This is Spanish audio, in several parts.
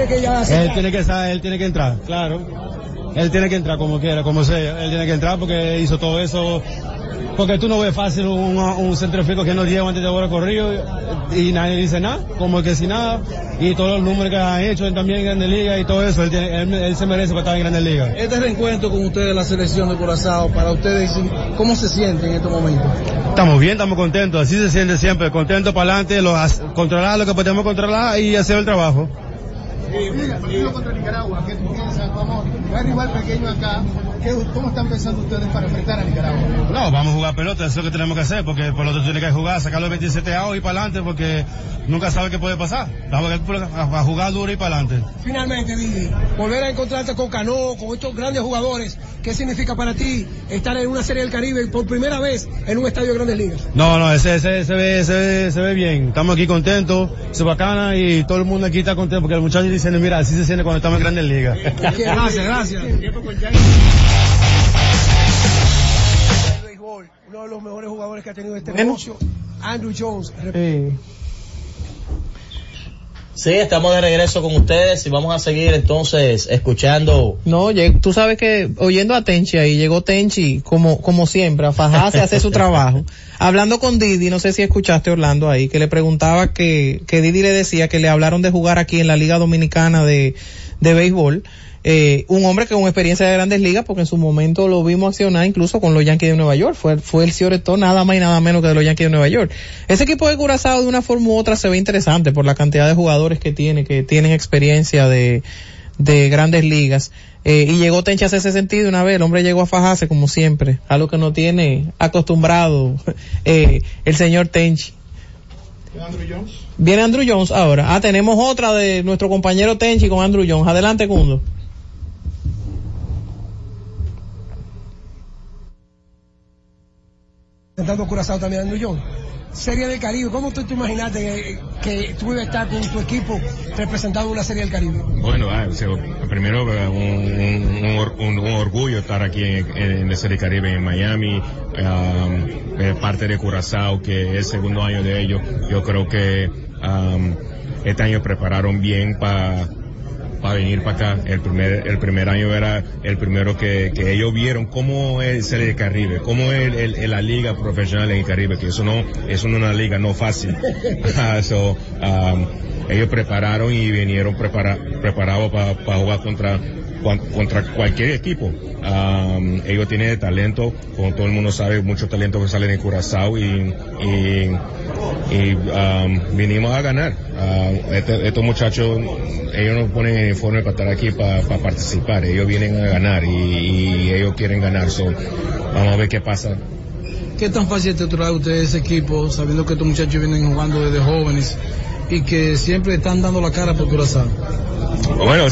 cree que ya él tiene que entrar, claro. Él tiene que entrar como quiera, como sea. Él tiene que entrar porque hizo todo eso. Porque tú no ves fácil un centrofico que no lleva antes de ahora corrido y nadie dice nada, como que sin nada. Y todos los números que ha hecho él también en Grandes Ligas y todo eso, él se merece para estar en Grandes Ligas. Este reencuentro con ustedes, la selección de Curazao, para ustedes, ¿cómo se sienten en estos momentos? Estamos bien, estamos contentos, así se siente siempre, contentos para adelante, controlar lo que podemos controlar y hacer el trabajo. Partido contra Nicaragua, ¿qué tú piensas? Vamos, no hay rival pequeño acá. ¿Cómo están pensando ustedes para enfrentar a Nicaragua? No, vamos a jugar pelota, eso es lo que tenemos que hacer, porque por lo tanto tiene que jugar, sacar los 27 outs y para adelante, porque nunca sabe qué puede pasar. Vamos a jugar duro y para adelante. Finalmente, Didi, volver a encontrarte con Cano, con estos grandes jugadores, ¿qué significa para ti estar en una Serie del Caribe por primera vez en un estadio de Grandes Ligas? No, se ve bien. Estamos aquí contentos, se bacana y todo el mundo aquí está contento porque los muchachos dicen, mira, así se siente cuando estamos en Grandes Ligas. Gracias. Uno de los mejores jugadores que ha tenido este negocio, Andruw Jones. Sí, estamos de regreso con ustedes y vamos a seguir entonces escuchando. No, tú sabes que oyendo a Tenchi ahí, llegó Tenchi como siempre, a fajarse, a hacer su trabajo. Hablando con Didi, no sé si escuchaste Orlando ahí, que le preguntaba que Didi le decía que le hablaron de jugar aquí en la Liga Dominicana de béisbol. Un hombre que con experiencia de Grandes Ligas, porque en su momento lo vimos accionar incluso con los Yankees de Nueva York, fue el shortstop nada más y nada menos que de los Yankees de Nueva York. Ese equipo de Curazao de una forma u otra se ve interesante por la cantidad de jugadores que tienen experiencia de Grandes Ligas, y llegó Tenchi a ese sentido una vez, el hombre llegó a fajarse como siempre, a lo que nos tiene acostumbrado el señor Tenchi. Viene Andruw Jones ahora. Tenemos otra de nuestro compañero Tenchi con Andruw Jones. Adelante, Cundo. Intentando Curazao también, Andruw Jones. Serie del Caribe, ¿cómo tú te imaginaste que tú ibas a estar con tu equipo representando una Serie del Caribe? Bueno, primero un orgullo estar aquí en la Serie del Caribe en Miami, parte de Curazao, que es el segundo año de ellos. Yo creo que este año prepararon bien para venir para acá. El primer año era el primero que ellos vieron cómo es Serie del Caribe, cómo es la liga profesional en el Caribe, que eso no es una liga no fácil. Ellos prepararon y vinieron preparados para jugar contra cualquier equipo. Ellos tienen talento, como todo el mundo sabe, mucho talento que sale de Curazao y vinimos a ganar. Estos muchachos, ellos no ponen el uniforme para estar aquí para participar, ellos vienen a ganar y ellos quieren ganar. Vamos a ver qué pasa. ¿Qué tan fácil te trae usted ese equipo, sabiendo que estos muchachos vienen jugando desde jóvenes y que siempre están dando la cara por Curazao? Bueno,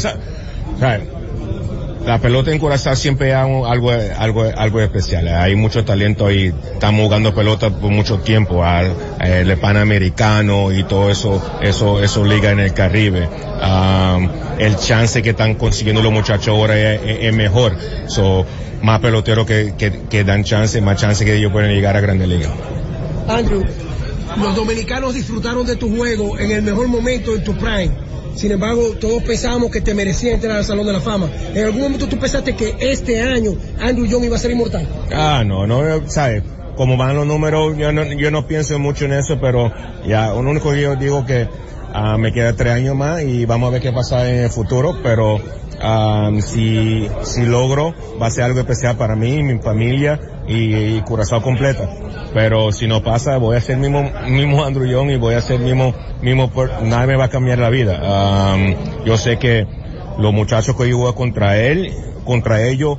la pelota en Curazao siempre es algo especial. Hay mucho talento y estamos jugando pelota por mucho tiempo. El Panamericano y todo eso liga en el Caribe. El chance que están consiguiendo los muchachos ahora es mejor. Más peloteros que dan chance, más chance que ellos pueden llegar a Grandes Ligas. Andruw, los dominicanos disfrutaron de tu juego en el mejor momento en tu prime. Sin embargo, todos pensábamos que te merecía entrar al Salón de la Fama. ¿En algún momento tú pensaste que este año Andruw Jones iba a ser inmortal? No, ¿sabes? Como van los números, yo no pienso mucho en eso, pero ya, lo único que yo digo que me queda 3 años más y vamos a ver qué pasa en el futuro, pero si logro, va a ser algo especial para mí, mi familia y Curazao completa. Pero si no pasa, voy a ser mismo Andruw Jones y voy a ser mismo, nadie me va a cambiar la vida. Yo sé que los muchachos que yo juego contra ellos,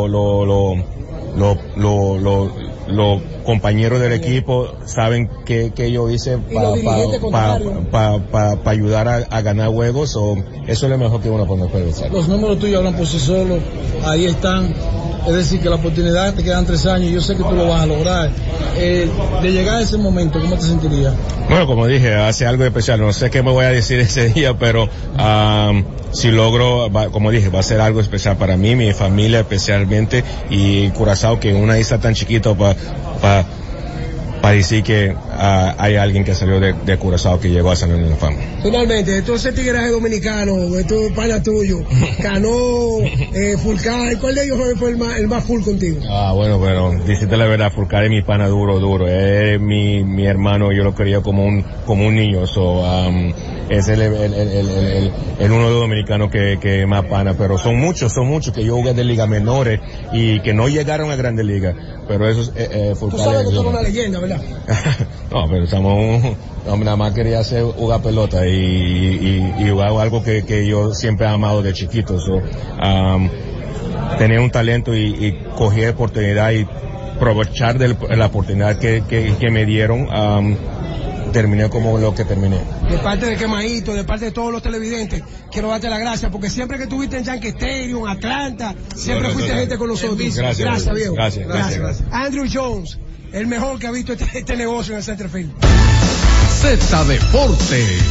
los compañeros del equipo saben que yo hice para ayudar a ganar juegos, eso es lo mejor que uno puede hacer. Los números tuyos hablan por sí solos, ahí están. Es decir, que la oportunidad te quedan 3 años y yo sé que tú lo vas a lograr. De llegar a ese momento, ¿cómo te sentirías? Bueno, como dije, hace algo especial. No sé qué me voy a decir ese día, pero si logro, como dije, va a ser algo especial para mí, mi familia especialmente, y Curazao, que es una isla tan chiquita para decir que hay alguien que salió de Curazao que llegó a Salón de la Fama. Finalmente, entonces tigreaje dominicano, esto es pana tuyo, Cano, Fulcar, ¿cuál de ellos fue el más full contigo? Bueno, decirte la verdad, Fulcar es mi pana duro, es mi hermano, yo lo quería como un niño, es el uno de los dominicanos que más pana, pero son muchos que yo jugué de ligas menores y que no llegaron a Grandes Ligas, pero eso es Fulcar. Tú sabes que tú eres una leyenda, ¿verdad? No, pero nada más quería jugar pelota y jugar algo que yo siempre he amado de chiquito. Tenía un talento y cogí oportunidad y aprovechar de la oportunidad que me dieron. Terminé como lo que terminé. De parte de Quemadito, de parte de todos los televidentes, quiero darte las gracias porque siempre que estuviste en Yankee Stadium, Atlanta, siempre fuiste gente con nosotros. Gracias, viejo. Gracias. Andrew Jones, el mejor que ha visto este negocio en el Center Field. Z Deportes.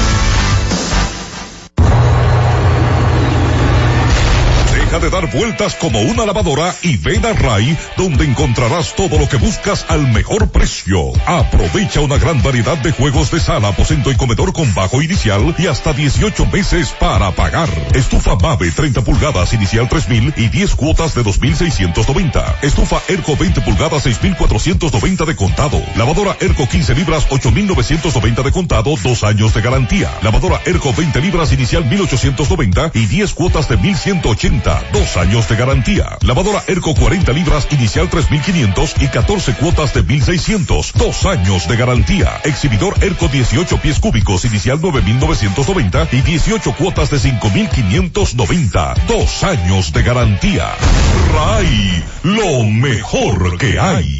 Deja de dar vueltas como una lavadora y ven a Ray, donde encontrarás todo lo que buscas al mejor precio. Aprovecha una gran variedad de juegos de sala, aposento y comedor con bajo inicial y hasta 18 meses para pagar. Estufa Mave 30 pulgadas inicial 3,000 y 10 cuotas de 2,690. Estufa Erco 20 pulgadas 6,490 de contado. Lavadora Erco 15 libras 8,990 de contado, 2 años de garantía. Lavadora Erco 20 libras inicial 1,890 y 10 cuotas de 1,180. 2 años de garantía. Lavadora Erco 40 libras inicial 3,500 y 14 cuotas de 1,600. 2 años de garantía. Exhibidor Erco 18 pies cúbicos inicial 9,990 y 18 cuotas de 5,590. 2 años de garantía. Ray, lo mejor que hay.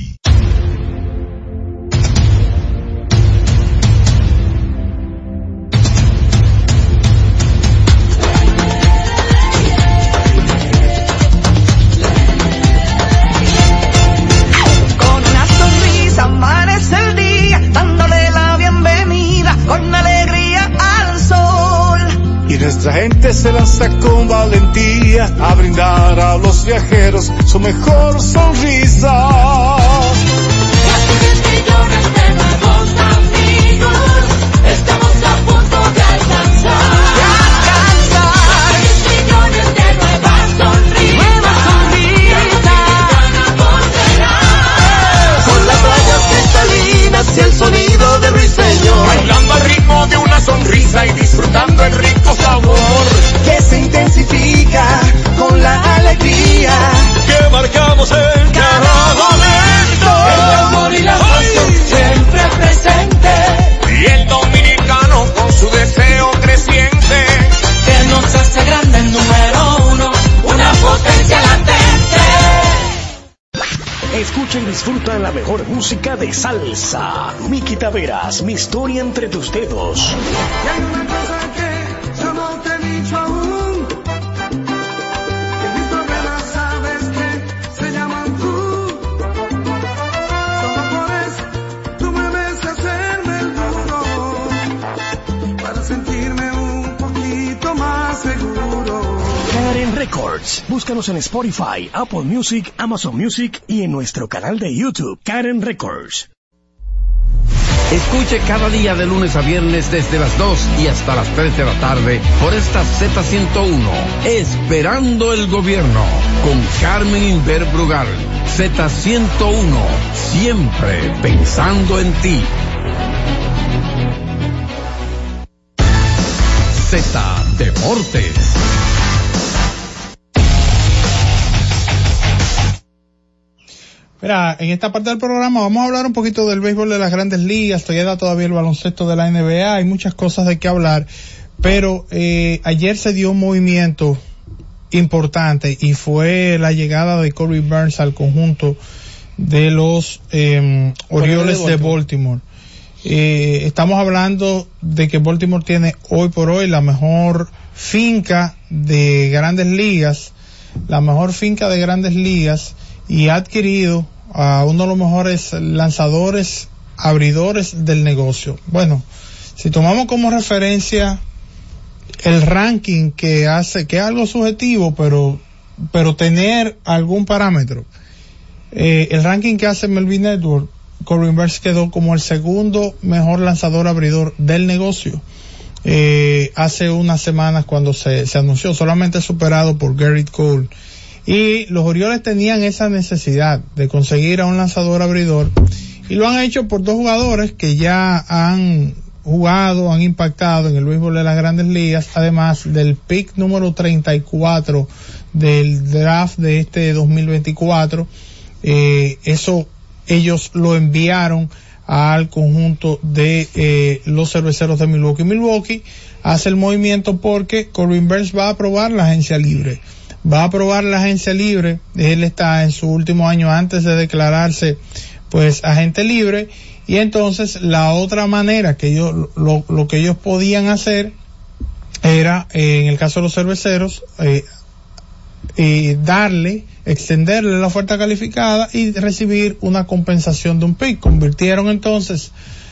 Nuestra gente se lanza con valentía a brindar a los viajeros su mejor sonrisa. Casi 10 millones de nuevos amigos, estamos a punto de alcanzar. 10 millones de nuevas sonrisas, con las playas cristalinas y el sonido de Ruiseñor, bailando al ritmo de una sonrisa y disfrutando el rico sabor que se intensifica con la alegría que marcamos en cada momento. El amor y la pasión siempre presente, y el dominicano con su deseo creciente que nos hace grande el número uno, una potencia latente. Escucha y disfruta la mejor música de salsa. Miki Taveras, mi historia entre tus dedos. Y hay una cosa que yo no te he dicho aún, que mis problemas sabes que se llaman tú. Solo por eso tú me ves hacerme el duro, para sentirme un poquito más seguro. Karen Records. Búscanos en Spotify, Apple Music, Amazon Music y en nuestro canal de YouTube, Karen Records. Escuche cada día de lunes a viernes desde las 2 y hasta las 3 de la tarde por esta Z101, Esperando el Gobierno, con Carmen Inver Brugal. Z101, siempre pensando en ti. Z Deportes. Mira, en esta parte del programa vamos a hablar un poquito del béisbol de las Grandes Ligas, todavía el baloncesto de la NBA, hay muchas cosas de qué hablar, pero ayer se dio un movimiento importante y fue la llegada de Cory Burns al conjunto de los Orioles de Baltimore. Estamos hablando de que Baltimore tiene hoy por hoy la mejor finca de Grandes Ligas, y ha adquirido a uno de los mejores lanzadores, abridores del negocio. Bueno, si tomamos como referencia el ranking que hace, que es algo subjetivo, pero tener algún parámetro, el ranking que hace Melvin Edwards, Corbin Burns quedó como el segundo mejor lanzador abridor del negocio. Hace unas semanas cuando se anunció, solamente superado por Gerrit Cole. Y los Orioles tenían esa necesidad de conseguir a un lanzador abridor, y lo han hecho por dos jugadores que ya han jugado, han impactado en el béisbol de las Grandes Ligas, además del pick número 34 del draft de este 2024. Eso ellos lo enviaron al conjunto de los Cerveceros de Milwaukee. Milwaukee hace el movimiento porque Corbin Burns va a probar la agencia libre. Él está en su último año antes de declararse pues agente libre, y entonces la otra manera que ellos, lo que ellos podían hacer era, en el caso de los Cerveceros, extenderle la oferta calificada y recibir una compensación de un pick. Convirtieron entonces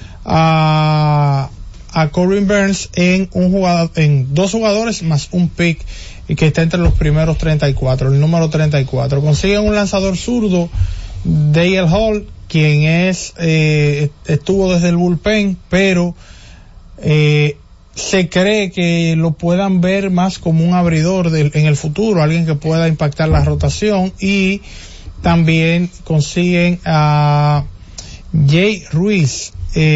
a Corbin Burns en dos jugadores más un pick, y que está entre los primeros 34, el número 34. Consiguen un lanzador zurdo, Dale Hall, quien estuvo desde el bullpen, pero se cree que lo puedan ver más como un abridor en el futuro, alguien que pueda impactar la rotación. Y también consiguen a Jay Ruiz,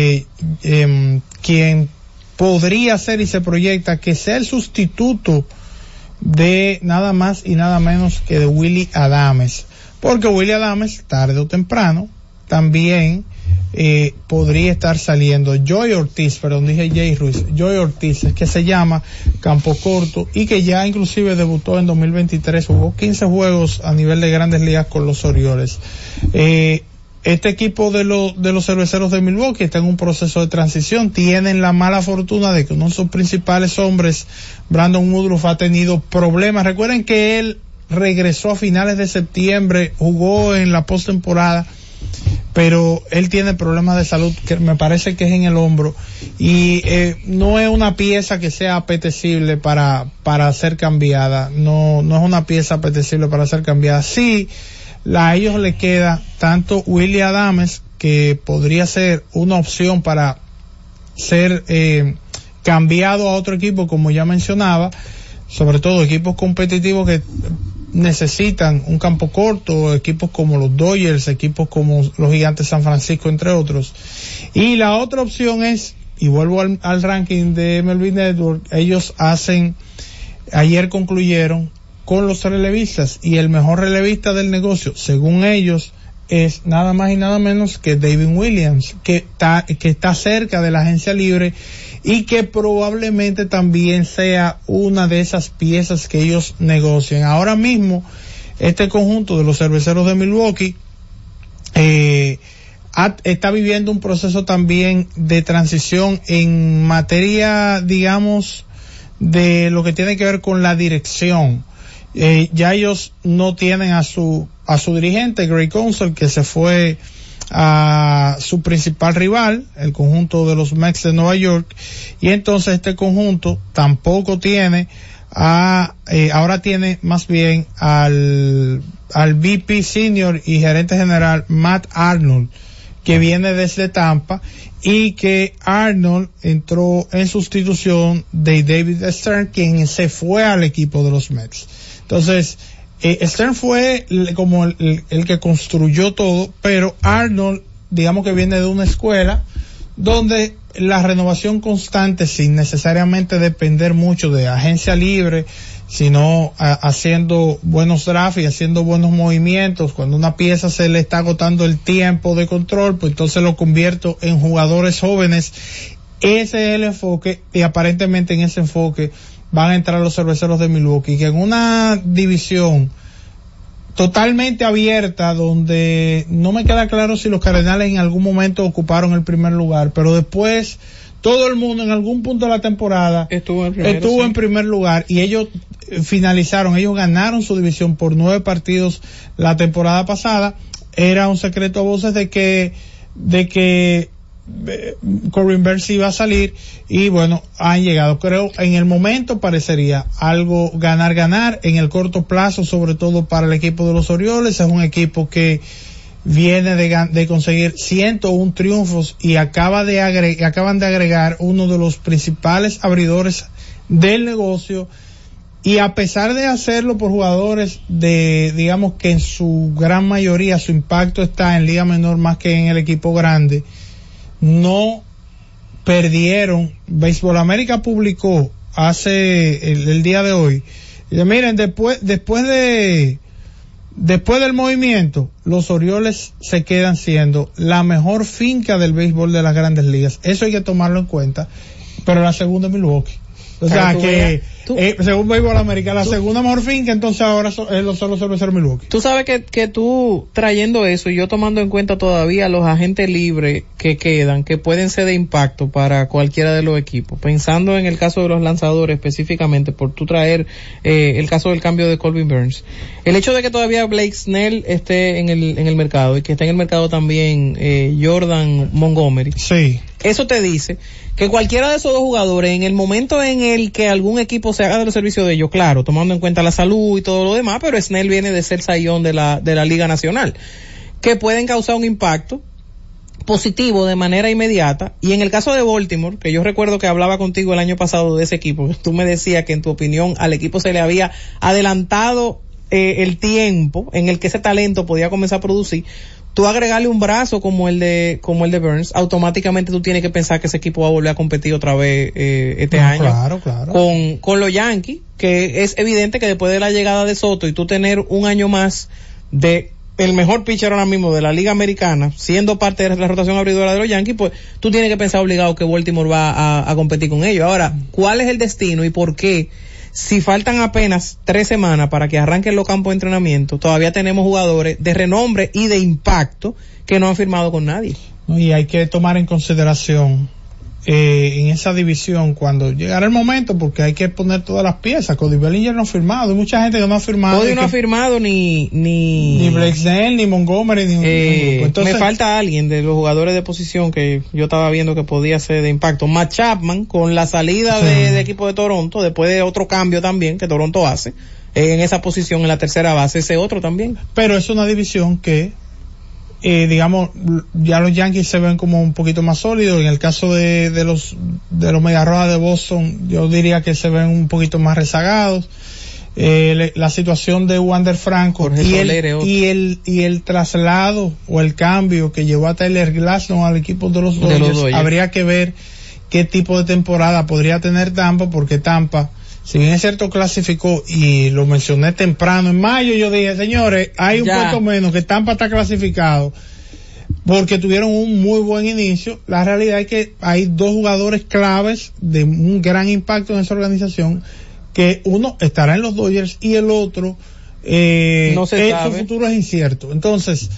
quien podría ser, y se proyecta que sea el sustituto de nada más y nada menos que de Willy Adames, porque Willy Adames tarde o temprano también podría estar saliendo. Joey Ortiz, es que se llama campo corto, y que ya inclusive debutó en 2023, jugó 15 juegos a nivel de Grandes Ligas con los Orioles. Este equipo de los Cerveceros de Milwaukee está en un proceso de transición. Tienen la mala fortuna de que uno de sus principales hombres, Brandon Woodruff, ha tenido problemas. Recuerden que él regresó a finales de septiembre, jugó en la postemporada, pero él tiene problemas de salud, que me parece que es en el hombro, y no es una pieza que sea apetecible para ser cambiada. No es una pieza apetecible para ser cambiada. Sí, a ellos le queda tanto Willy Adames, que podría ser una opción para ser cambiado a otro equipo, como ya mencionaba, sobre todo equipos competitivos que necesitan un campo corto, equipos como los Dodgers, equipos como los Gigantes de San Francisco, entre otros. Y la otra opción es, y vuelvo al ranking de MLB Network, ellos ayer concluyeron con los relevistas, y el mejor relevista del negocio, según ellos, es nada más y nada menos que David Williams, que está cerca de la agencia libre, y que probablemente también sea una de esas piezas que ellos negocian. Ahora mismo, este conjunto de los Cerveceros de Milwaukee está viviendo un proceso también de transición en materia, digamos, de lo que tiene que ver con la dirección. Ya ellos no tienen a su dirigente, Greg Counsell, que se fue a su principal rival, el conjunto de los Mets de Nueva York, y entonces este conjunto tampoco tiene ahora tiene más bien al VP senior y gerente general Matt Arnold, que viene desde Tampa, y que Arnold entró en sustitución de David Stern, quien se fue al equipo de los Mets. Entonces, Stern fue como el que construyó todo, pero Arnold, digamos que viene de una escuela donde la renovación constante, sin necesariamente depender mucho de agencia libre, sino haciendo buenos drafts y haciendo buenos movimientos. Cuando una pieza se le está agotando el tiempo de control, pues entonces lo convierto en jugadores jóvenes. Ese es el enfoque, y aparentemente en ese enfoque van a entrar los Cerveceros de Milwaukee, que en una división totalmente abierta, donde no me queda claro si los Cardenales en algún momento ocuparon el primer lugar, pero después todo el mundo en algún punto de la temporada estuvo en primer lugar, y ellos ellos ganaron su división por 9 partidos la temporada pasada. Era un secreto a voces de que Corbin Burns iba a salir, y bueno, han llegado. Creo en el momento parecería algo ganar en el corto plazo, sobre todo para el equipo de los Orioles. Es un equipo que viene de conseguir 101 triunfos y acaban de agregar uno de los principales abridores del negocio, y a pesar de hacerlo por jugadores digamos que en su gran mayoría su impacto está en liga menor más que en el equipo grande, no perdieron. Béisbol América publicó hace el día de hoy, y miren, después del movimiento, los Orioles se quedan siendo la mejor finca del béisbol de las grandes ligas. Eso hay que tomarlo en cuenta. Pero la segunda es Milwaukee. O sea que, según Béisbol América, la segunda mejor finca, entonces ahora los cerveceros Milwaukee. Tú sabes que tú trayendo eso y yo tomando en cuenta todavía los agentes libres que quedan, que pueden ser de impacto para cualquiera de los equipos. Pensando en el caso de los lanzadores específicamente, por tú traer el caso del cambio de Corbin Burns. El hecho de que todavía Blake Snell esté en el mercado y que esté en el mercado también Jordan Montgomery. Sí. Eso te dice que cualquiera de esos dos jugadores, en el momento en el que algún equipo se haga de los servicios de ellos, claro, tomando en cuenta la salud y todo lo demás, pero Snell viene de ser sayón de la Liga Nacional, que pueden causar un impacto positivo de manera inmediata. Y en el caso de Baltimore, que yo recuerdo que hablaba contigo el año pasado de ese equipo, tú me decías que en tu opinión al equipo se le había adelantado el tiempo en el que ese talento podía comenzar a producir. Tú agregarle un brazo como el de Burns, automáticamente tú tienes que pensar que ese equipo va a volver a competir otra vez este año. Claro. Con los Yankees, que es evidente que después de la llegada de Soto y tú tener un año más de el mejor pitcher ahora mismo de la Liga Americana, siendo parte de la rotación abridora de los Yankees, pues tú tienes que pensar obligado que Baltimore va a competir con ellos. Ahora, ¿cuál es el destino y por qué? Si faltan apenas 3 semanas para que arranquen los campos de entrenamiento, todavía tenemos jugadores de renombre y de impacto que no han firmado con nadie. Y hay que tomar en consideración en esa división cuando llegará el momento, porque hay que poner todas las piezas. Cody Bellinger no ha firmado, hay mucha gente que no ha firmado. Cody no ha firmado ni Blake Snell, ni Montgomery, ni entonces, me falta alguien de los jugadores de posición que yo estaba viendo que podía ser de impacto. Matt Chapman, con la salida de equipo de Toronto, después de otro cambio también que Toronto hace en esa posición en la tercera base, ese otro también. Pero es una división que digamos, ya los Yankees se ven como un poquito más sólidos. En el caso de los Medias Rojas de Boston, yo diría que se ven un poquito más rezagados. La situación de Wander Franco y el traslado o el cambio que llevó a Tyler Glasnow al equipo de los Dodgers, habría que ver qué tipo de temporada podría tener Tampa, porque Tampa, si bien es cierto, clasificó, y lo mencioné temprano en mayo, yo dije, señores, hay un puesto menos, que Tampa está clasificado, porque tuvieron un muy buen inicio. La realidad es que hay 2 jugadores claves de un gran impacto en esa organización, que uno estará en los Dodgers y el otro, no se sabe. Su futuro es incierto. Entonces,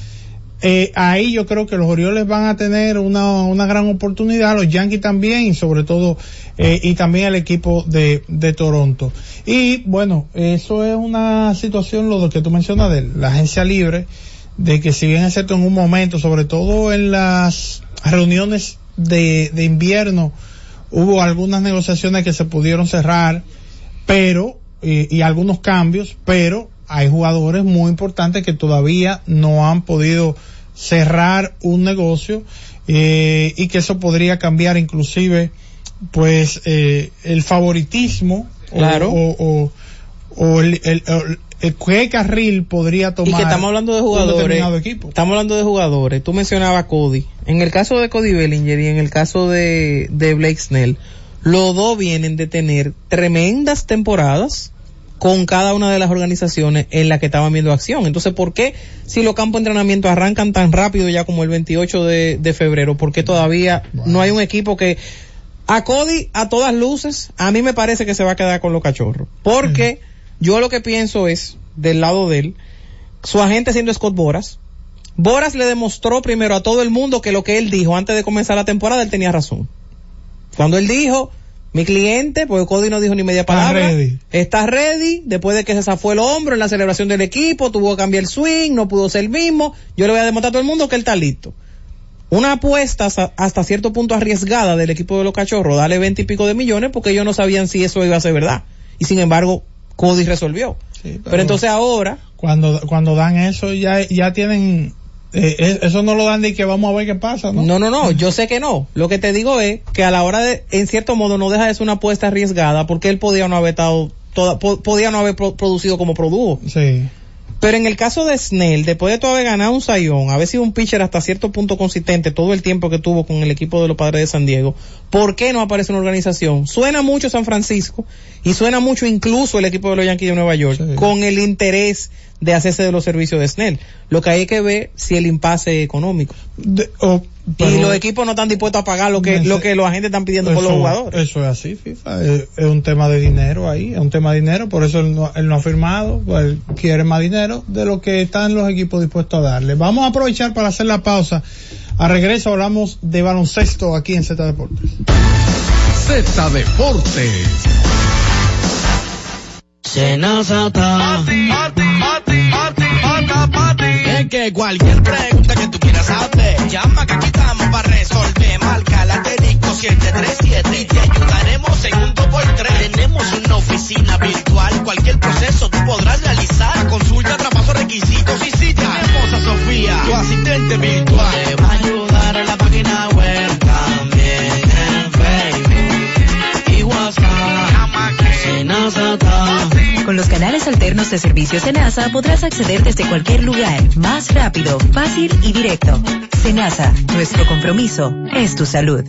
ahí yo creo que los Orioles van a tener una gran oportunidad, los Yankees también, y sobre todo y también el equipo de Toronto. Y bueno, eso es una situación, lo que tú mencionas de la agencia libre, de que si bien es cierto en un momento, sobre todo en las reuniones de invierno, hubo algunas negociaciones que se pudieron cerrar, pero y algunos cambios, pero hay jugadores muy importantes que todavía no han podido cerrar un negocio, y que eso podría cambiar inclusive pues el favoritismo, claro, o el qué carril podría tomar. Y que estamos hablando de jugadores, estamos hablando de jugadores. Tú mencionabas Cody. En el caso de Cody Bellinger y en el caso de Blake Snell, los dos vienen de tener tremendas temporadas con cada una de las organizaciones en las que estaban viendo acción. Entonces, ¿por qué, si los campos de entrenamiento arrancan tan rápido ya como el 28 de febrero, por qué todavía no hay un equipo que... A Cody, a todas luces, a mí me parece que se va a quedar con los Cachorros, porque yo lo que pienso es, del lado de él, su agente siendo Scott Boras le demostró primero a todo el mundo que lo que él dijo antes de comenzar la temporada, él tenía razón. Cuando él dijo, mi cliente, porque Cody no dijo ni media palabra, está ready, después de que se zafó el hombro en la celebración del equipo, tuvo que cambiar el swing, no pudo ser el mismo, yo le voy a demostrar a todo el mundo que él está listo. Una apuesta hasta cierto punto arriesgada del equipo de los Cachorros, dale 20 y pico de millones, porque ellos no sabían si eso iba a ser verdad, y sin embargo Cody resolvió. Sí, pero entonces ahora, cuando dan eso, ya tienen Eso no lo dan de que vamos a ver qué pasa, ¿no? No, yo sé que no. Lo que te digo es que a la hora de, en cierto modo, no deja de ser una apuesta arriesgada, porque él podía no haber podía no haber producido como produjo. Sí. Pero en el caso de Snell, después de tú haber ganado un Sayón, haber sido un pitcher hasta cierto punto consistente todo el tiempo que tuvo con el equipo de los Padres de San Diego, ¿por qué no aparece una organización? Suena mucho San Francisco y suena mucho incluso el equipo de los Yankees de Nueva York, sí, con el interés de hacerse de los servicios de Snell. Lo que hay que ver si el impasse económico. Y los equipos no están dispuestos a pagar lo que los agentes están pidiendo por los jugadores. Eso es así, FIFA. Es un tema de dinero ahí, es un tema de dinero, por eso él no ha firmado, pues él quiere más dinero de lo que están los equipos dispuestos a darle. Vamos a aprovechar para hacer la pausa. A regreso hablamos de baloncesto aquí en Z Deportes. Z Deportes. Es que cualquier pregunta que tú quieras saber, llama que aquí estamos para resolver. Marca la asterisco 737 y te ayudaremos en un 2x3. Tenemos una oficina virtual, cualquier proceso tú podrás realizar. Consulta, traspaso, requisitos y si tenemos a Sofía, tu asistente virtual. Te va a ayudar en la página web, también en Facebook y WhatsApp. Con los canales alternos de servicios Senasa podrás acceder desde cualquier lugar, más rápido, fácil y directo. Senasa, nuestro compromiso es tu salud.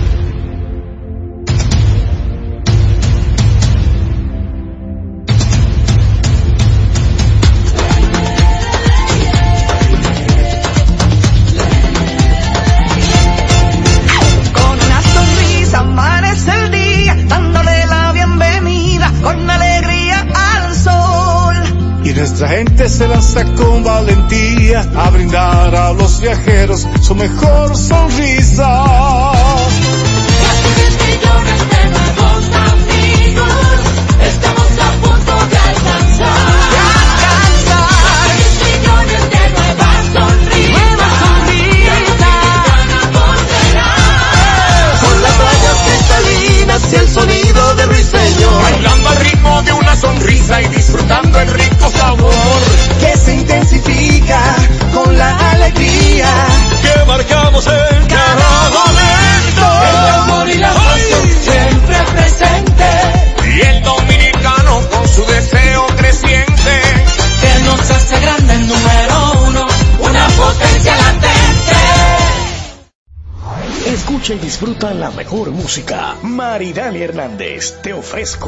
Con una sonrisa amanece el día, dándole la bienvenida con alegría al sol. Y nuestra gente se lanza con valentía a brindar a los viajeros su mejor sonrisa. Casi 10 millones de nuevos amigos, estamos a punto de alcanzar. 10 millones de nuevas sonrisas, con las rayas cristalinas y el sonido de Ruiseñor, bailando al ritmo de una sonrisa y disfrutando el rico sabor que se intensifica con la alegría que marcamos en cada momento. El amor y la pasión siempre presente, y el dominicano con su deseo creciente que nos hace grande el número uno, una potencia latente. Escucha y disfruta la mejor música. Maridani Hernández, te ofrezco.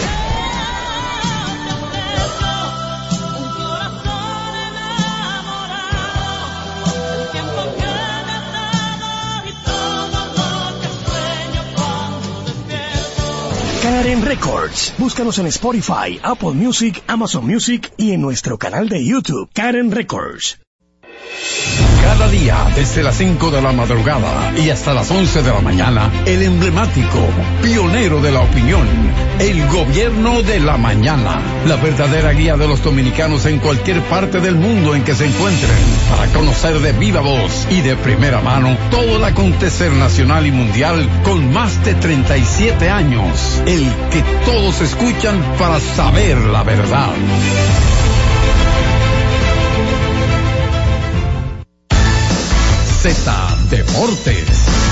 Karen Records. Búscanos en Spotify, Apple Music, Amazon Music y en nuestro canal de YouTube, Karen Records. Cada día, desde las 5 de la madrugada y hasta las 11 de la mañana, el emblemático, pionero de la opinión, el Gobierno de la Mañana. La verdadera guía de los dominicanos en cualquier parte del mundo en que se encuentren, para conocer de viva voz y de primera mano todo el acontecer nacional y mundial con más de 37 años. El que todos escuchan para saber la verdad. Z Deportes.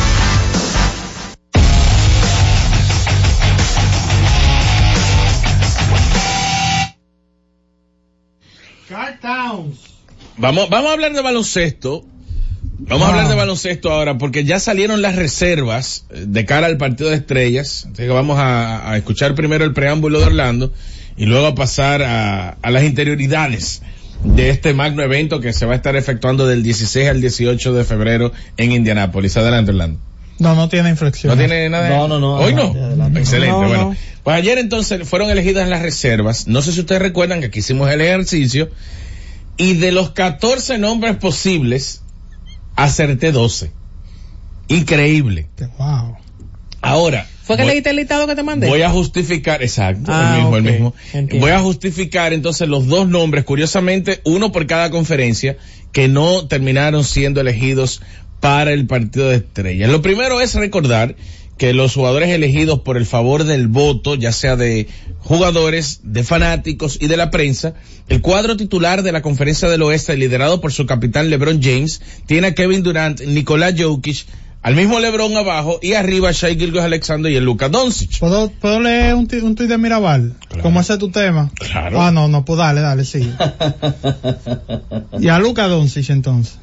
Vamos a hablar de baloncesto. Vamos a hablar de baloncesto ahora, porque ya salieron las reservas de cara al partido de estrellas. Así que vamos a escuchar primero el preámbulo de Orlando y luego a pasar a las interioridades de este magno evento que se va a estar efectuando del 16 al 18 de febrero en Indianápolis. Adelante, Orlando. No tiene inflexión. ¿No tiene nada? No. ¿Hoy no? Excelente, No. bueno. Pues ayer entonces fueron elegidas las reservas. No sé si ustedes recuerdan que aquí hicimos el ejercicio y de los 14 nombres posibles, acerté 12. Increíble. Wow. Ahora. ¿Fue que leíste el listado que te mandé? Voy a justificar, exacto, el mismo. Entiendo. Voy a justificar entonces los dos nombres, curiosamente, uno por cada conferencia, que no terminaron siendo elegidos para el partido de estrellas. Lo primero es recordar que los jugadores elegidos por el favor del voto, ya sea de jugadores, de fanáticos y de la prensa, el cuadro titular de la Conferencia del Oeste, liderado por su capitán LeBron James, tiene a Kevin Durant, Nikola Jokic, al mismo LeBron abajo y arriba Shai Gilgeous-Alexander y el Luka Doncic. ¿Puedo leer un tuit de Mirabal? Claro. ¿Cómo ese es tu tema? Claro. No, pues dale, sí. Y a Luka Doncic entonces.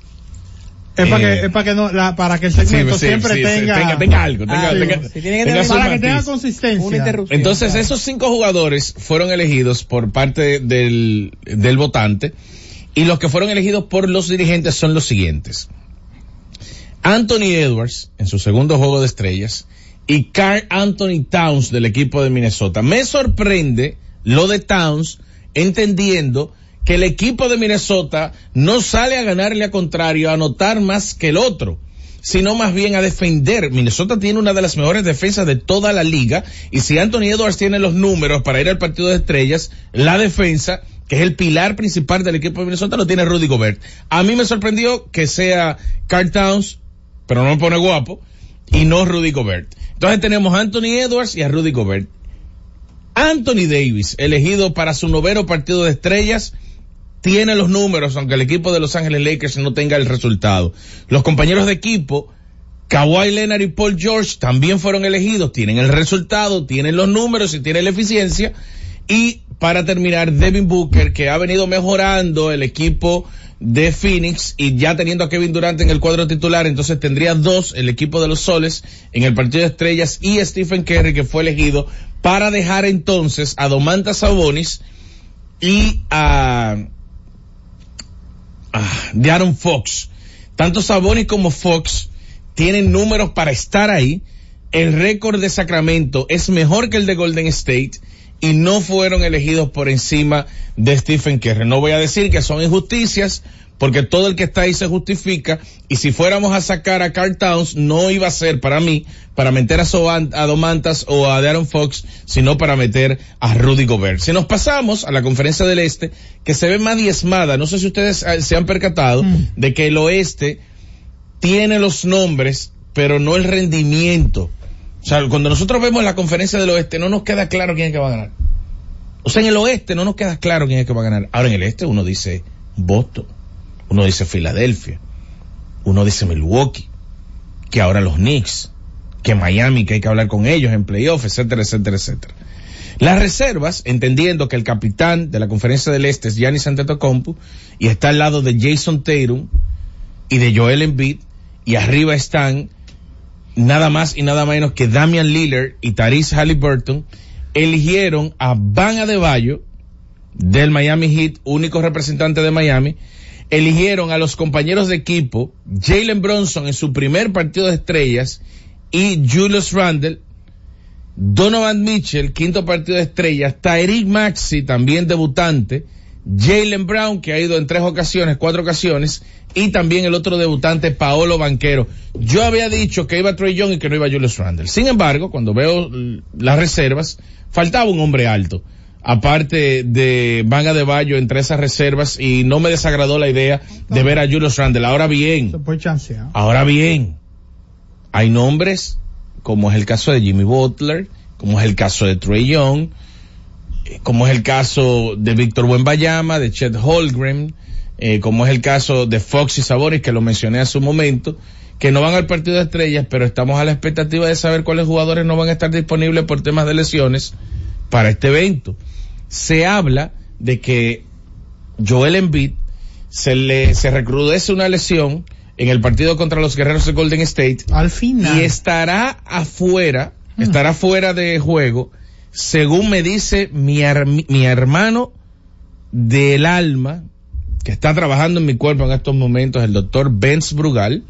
Para que el segmento siempre tenga algo, para que tenga consistencia. Entonces, esos 5 jugadores fueron elegidos por parte del votante, y los que fueron elegidos por los dirigentes son los siguientes: Anthony Edwards, en su segundo juego de estrellas, y Karl Anthony Towns, del equipo de Minnesota. Me sorprende lo de Towns, entendiendo que el equipo de Minnesota no sale a ganarle a contrario, a anotar más que el otro, sino más bien a defender. Minnesota tiene una de las mejores defensas de toda la liga, y si Anthony Edwards tiene los números para ir al partido de estrellas, la defensa, que es el pilar principal del equipo de Minnesota, lo tiene Rudy Gobert. A mí me sorprendió que sea Karl Towns, pero no me pone guapo, y no Rudy Gobert. Entonces tenemos a Anthony Edwards y a Rudy Gobert. Anthony Davis, elegido para su 9º partido de estrellas, tiene los números, aunque el equipo de Los Ángeles Lakers no tenga el resultado. Los compañeros de equipo, Kawhi Leonard y Paul George, también fueron elegidos, tienen el resultado, tienen los números y tienen la eficiencia. Y para terminar, Devin Booker, que ha venido mejorando el equipo de Phoenix, y ya teniendo a Kevin Durant en el cuadro titular, entonces tendría 2 el equipo de los Soles en el partido de estrellas, y Stephen Curry, que fue elegido para dejar entonces a Domantas Sabonis y a De'Aaron Fox. Tanto Sabonis como Fox tienen números para estar ahí. El récord de Sacramento es mejor que el de Golden State, y no fueron elegidos por encima de Stephen Curry. No voy a decir que son injusticias, porque todo el que está ahí se justifica, y si fuéramos a sacar a Karl Towns, no iba a ser para mí, para meter a Domantas o a De'Aaron Fox, sino para meter a Rudy Gobert. Si nos pasamos a la Conferencia del Este, que se ve más diezmada, no sé si ustedes se han percatado de que el Oeste tiene los nombres, pero no el rendimiento. O sea, cuando nosotros vemos la Conferencia del Oeste, no nos queda claro quién es que va a ganar. O sea, en el Oeste no nos queda claro quién es que va a ganar. Ahora en el Este uno dice Boston, uno dice Filadelfia, uno dice Milwaukee, que ahora los Knicks, que Miami, que hay que hablar con ellos en playoff, etcétera, etcétera, etcétera. Las reservas, entendiendo que el capitán de la Conferencia del Este es Giannis Antetokounmpo, y está al lado de Jason Tatum y de Joel Embiid, y arriba están nada más y nada menos que Damian Lillard y Tyrese Haliburton, eligieron a Bam Adebayo del Miami Heat, único representante de Miami. Eligieron a los compañeros de equipo Jalen Brunson en su primer partido de estrellas, y Julius Randle, Donovan Mitchell, 5º partido de estrellas, Tyrese Maxey, también debutante, Jaylen Brown, que ha ido en 4 ocasiones, y también el otro debutante, Paolo Banchero. Yo había dicho que iba Trae Young y que no iba Julius Randle. Sin embargo, cuando veo las reservas, faltaba un hombre alto, aparte de Bam Adebayo entre esas reservas, y no me desagradó la idea de ver a Julius Randle. Ahora bien, hay nombres, como es el caso de Jimmy Butler, como es el caso de Trae Young, como es el caso de Víctor Wembanyama, de Chet Holmgren, como es el caso de Fox y Sabonis, que lo mencioné hace un momento, que no van al partido de estrellas, pero estamos a la expectativa de saber cuáles jugadores no van a estar disponibles por temas de lesiones para este evento. Se habla de que Joel Embiid se recrudece una lesión en el partido contra los Guerreros de Golden State al final, y estará fuera de juego, según me dice mi hermano del alma, que está trabajando en mi cuerpo en estos momentos, el doctor Vince Brugal,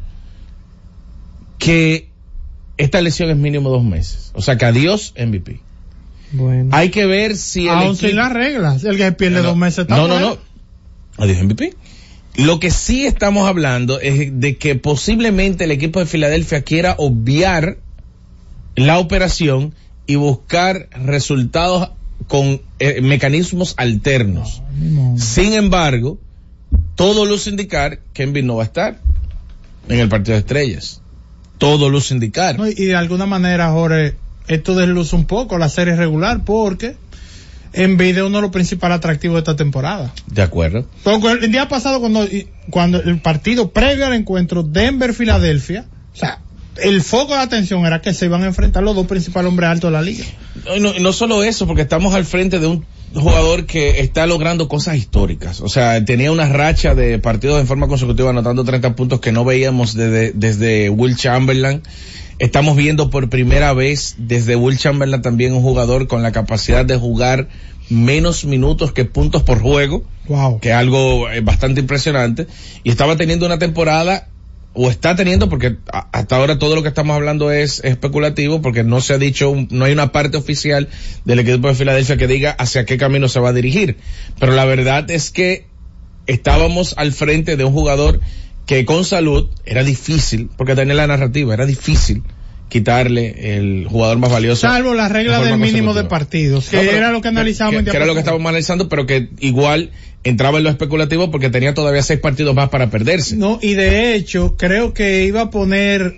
que esta lesión es mínimo 2 meses. O sea que adiós MVP. Bueno. Hay que ver si aún sin las reglas, el que pierde 2 meses está no. Adiós MVP. Lo que sí estamos hablando es de que posiblemente el equipo de Filadelfia quiera obviar la operación y buscar resultados con mecanismos alternos. Sin embargo, todo luce indicar que Embiid no va a estar en el partido de estrellas. todo luce indicar. No, y de alguna manera, Jorge, esto desluce un poco la serie regular porque Embiid es uno de los principales atractivos de esta temporada. De acuerdo. Porque el día pasado cuando el partido previo al encuentro Denver-Filadelfia, o sea, el foco de atención era que se iban a enfrentar los dos principales hombres altos de la liga. No solo eso, porque estamos al frente de un jugador que está logrando cosas históricas. O sea, tenía una racha de partidos en forma consecutiva anotando 30 puntos que no veíamos desde Will Chamberlain. Estamos viendo por primera vez desde Will Chamberlain también un jugador con la capacidad de jugar menos minutos que puntos por juego. Wow. Que es algo bastante impresionante. Y estaba teniendo una temporada, o está teniendo, porque hasta ahora todo lo que estamos hablando es especulativo, porque no se ha dicho, no hay una parte oficial del equipo de Filadelfia que diga hacia qué camino se va a dirigir. Pero la verdad es que estábamos al frente de un jugador que con salud era difícil, porque tenía la narrativa, era difícil quitarle el jugador más valioso. Salvo la regla del mínimo de partidos, que era lo que analizábamos. Que era lo que estábamos analizando, pero que igual entraba en lo especulativo porque tenía todavía 6 partidos más para perderse. No, y de hecho, creo que iba a poner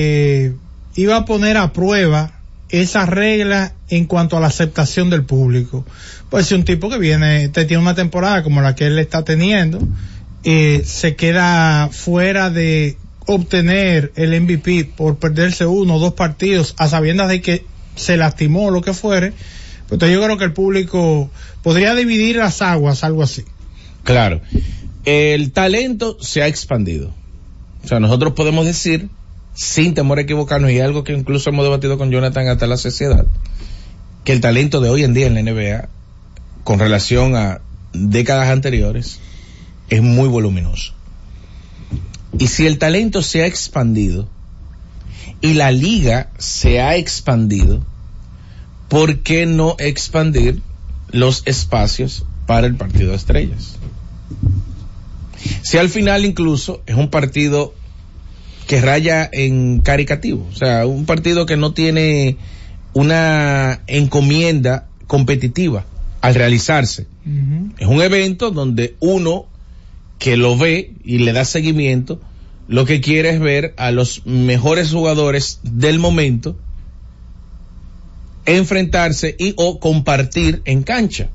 a prueba esa regla en cuanto a la aceptación del público. Pues si un tipo que tiene una temporada como la que él está teniendo, se queda fuera de obtener el MVP por perderse 1 o 2 partidos a sabiendas de que se lastimó o lo que fuere, pues yo creo que el público podría dividir las aguas, algo así. Claro, el talento se ha expandido. O sea, nosotros podemos decir, sin temor a equivocarnos, y algo que incluso hemos debatido con Jonathan hasta la saciedad, que el talento de hoy en día en la NBA, con relación a décadas anteriores, es muy voluminoso. Y si el talento se ha expandido y la liga se ha expandido, ¿por qué no expandir los espacios para el partido de estrellas? Si al final incluso es un partido que raya en caricativo, o sea, un partido que no tiene una encomienda competitiva al realizarse. Uh-huh. Es un evento donde uno que lo ve y le da seguimiento, lo que quiere es ver a los mejores jugadores del momento enfrentarse y o compartir en cancha.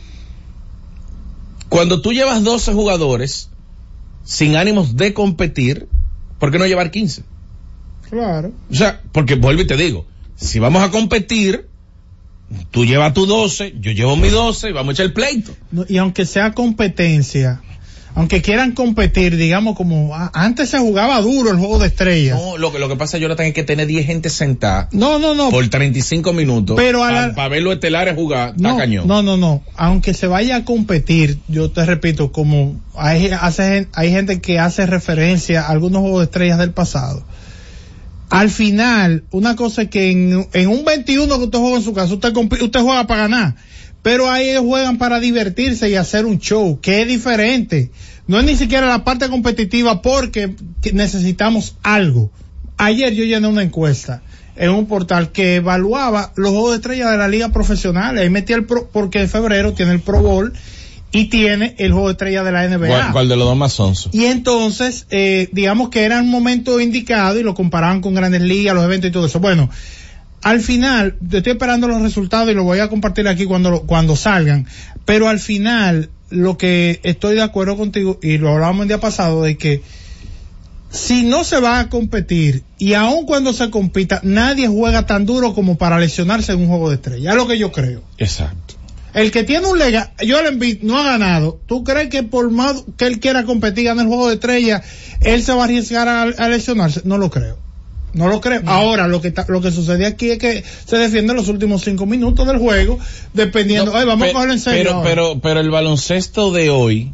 Cuando tú llevas 12 jugadores sin ánimos de competir, ¿por qué no llevar 15? Claro. O sea, porque vuelvo y te digo, si vamos a competir, tú llevas tu 12, yo llevo mi 12 y vamos a echar el pleito. No, y aunque sea competencia, aunque quieran competir, digamos, como antes se jugaba duro el juego de estrellas. No, lo que pasa, Jonathan, es que tener 10 gente sentada. No. Por 35 minutos. Pero para ver los estelares jugar, está cañón. No. Aunque se vaya a competir, yo te repito, como hay gente que hace referencia a algunos juegos de estrellas del pasado. Al final, una cosa es que en un 21 que usted juega en su casa, usted juega para ganar. Pero ahí ellos juegan para divertirse y hacer un show, que es diferente. No es ni siquiera la parte competitiva porque necesitamos algo. Ayer yo llené una encuesta en un portal que evaluaba los juegos de estrellas de la liga profesional. Ahí metí porque en febrero tiene el Pro Bowl y tiene el juego de estrellas de la NBA. ¿Cuál de los dos más sonsos? Y entonces, digamos que era un momento indicado y lo comparaban con Grandes Ligas, los eventos y todo eso. Bueno, al final, estoy esperando los resultados y los voy a compartir aquí cuando salgan, pero al final, lo que estoy de acuerdo contigo, y lo hablábamos el día pasado, de que si no se va a competir, y aun cuando se compita, nadie juega tan duro como para lesionarse en un juego de estrella, es lo que yo creo. Exacto. El que tiene un legado, Joel Embiid no ha ganado, ¿tú crees que por más que él quiera competir, gane el juego de estrella, él se va a arriesgar a lesionarse? No lo creo. Ahora, lo que sucede aquí es que se defiende los últimos 5 minutos del juego, dependiendo, vamos a cogerlo en serio. Pero el baloncesto de hoy,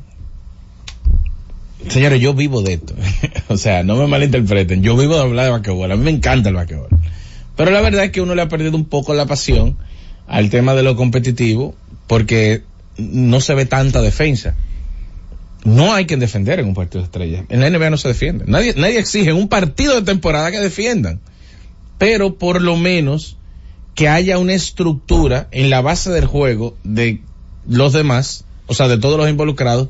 señores, yo vivo de esto. O sea, no me malinterpreten, yo vivo de hablar de basquetbol, a mí me encanta el basquetbol. Pero la verdad es que uno le ha perdido un poco la pasión al tema de lo competitivo, porque no se ve tanta defensa. No hay que defender en un partido de estrellas. En la NBA no se defiende. Nadie exige en un partido de temporada que defiendan. Pero por lo menos que haya una estructura en la base del juego de los demás, o sea, de todos los involucrados,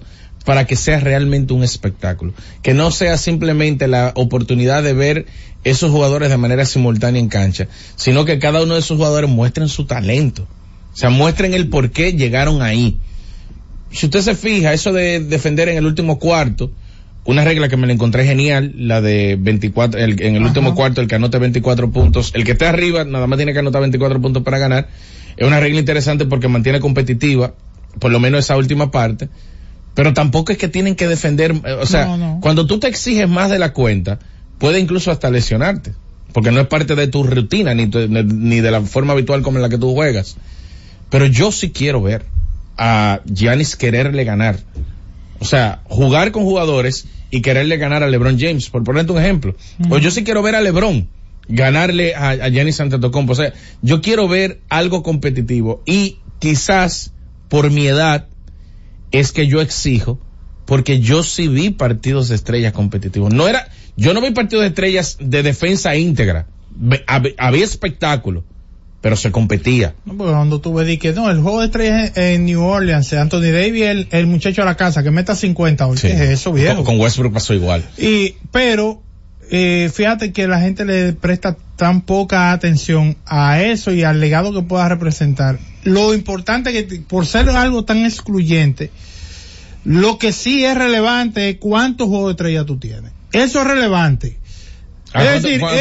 para que sea realmente un espectáculo, que no sea simplemente la oportunidad de ver esos jugadores de manera simultánea en cancha, sino que cada uno de esos jugadores muestren su talento, o sea, muestren el por qué llegaron ahí. Si usted se fija, eso de defender en el último cuarto, una regla que me la encontré genial, la de 24, en el último cuarto, el que anote 24 puntos, el que esté arriba nada más tiene que anotar 24 puntos para ganar. Es una regla interesante porque mantiene competitiva, por lo menos esa última parte, pero tampoco es que tienen que defender, o sea, cuando tú te exiges más de la cuenta, puede incluso hasta lesionarte, porque no es parte de tu rutina, ni de la forma habitual como en la que tú juegas. Pero yo sí quiero ver a Giannis quererle ganar. O sea, jugar con jugadores y quererle ganar a LeBron James, por ponerte un ejemplo. O yo sí quiero ver a LeBron ganarle a Giannis Antetokounmpo. O sea, yo quiero ver algo competitivo y quizás por mi edad es que yo exijo, porque yo sí vi partidos de estrellas competitivos. Yo no vi partidos de estrellas de defensa íntegra. Había espectáculo, pero se competía. No, porque cuando tú ves que no, el juego de estrellas en New Orleans, Anthony Davis, el muchacho a la casa que meta 50 hoy, sí. ¿Qué es eso, viejo? Con Westbrook pasó igual. Pero fíjate que la gente le presta tan poca atención a eso y al legado que pueda representar. Lo importante que, por ser algo tan excluyente, lo que sí es relevante es cuántos juegos de estrella tú tienes. Eso es relevante. Es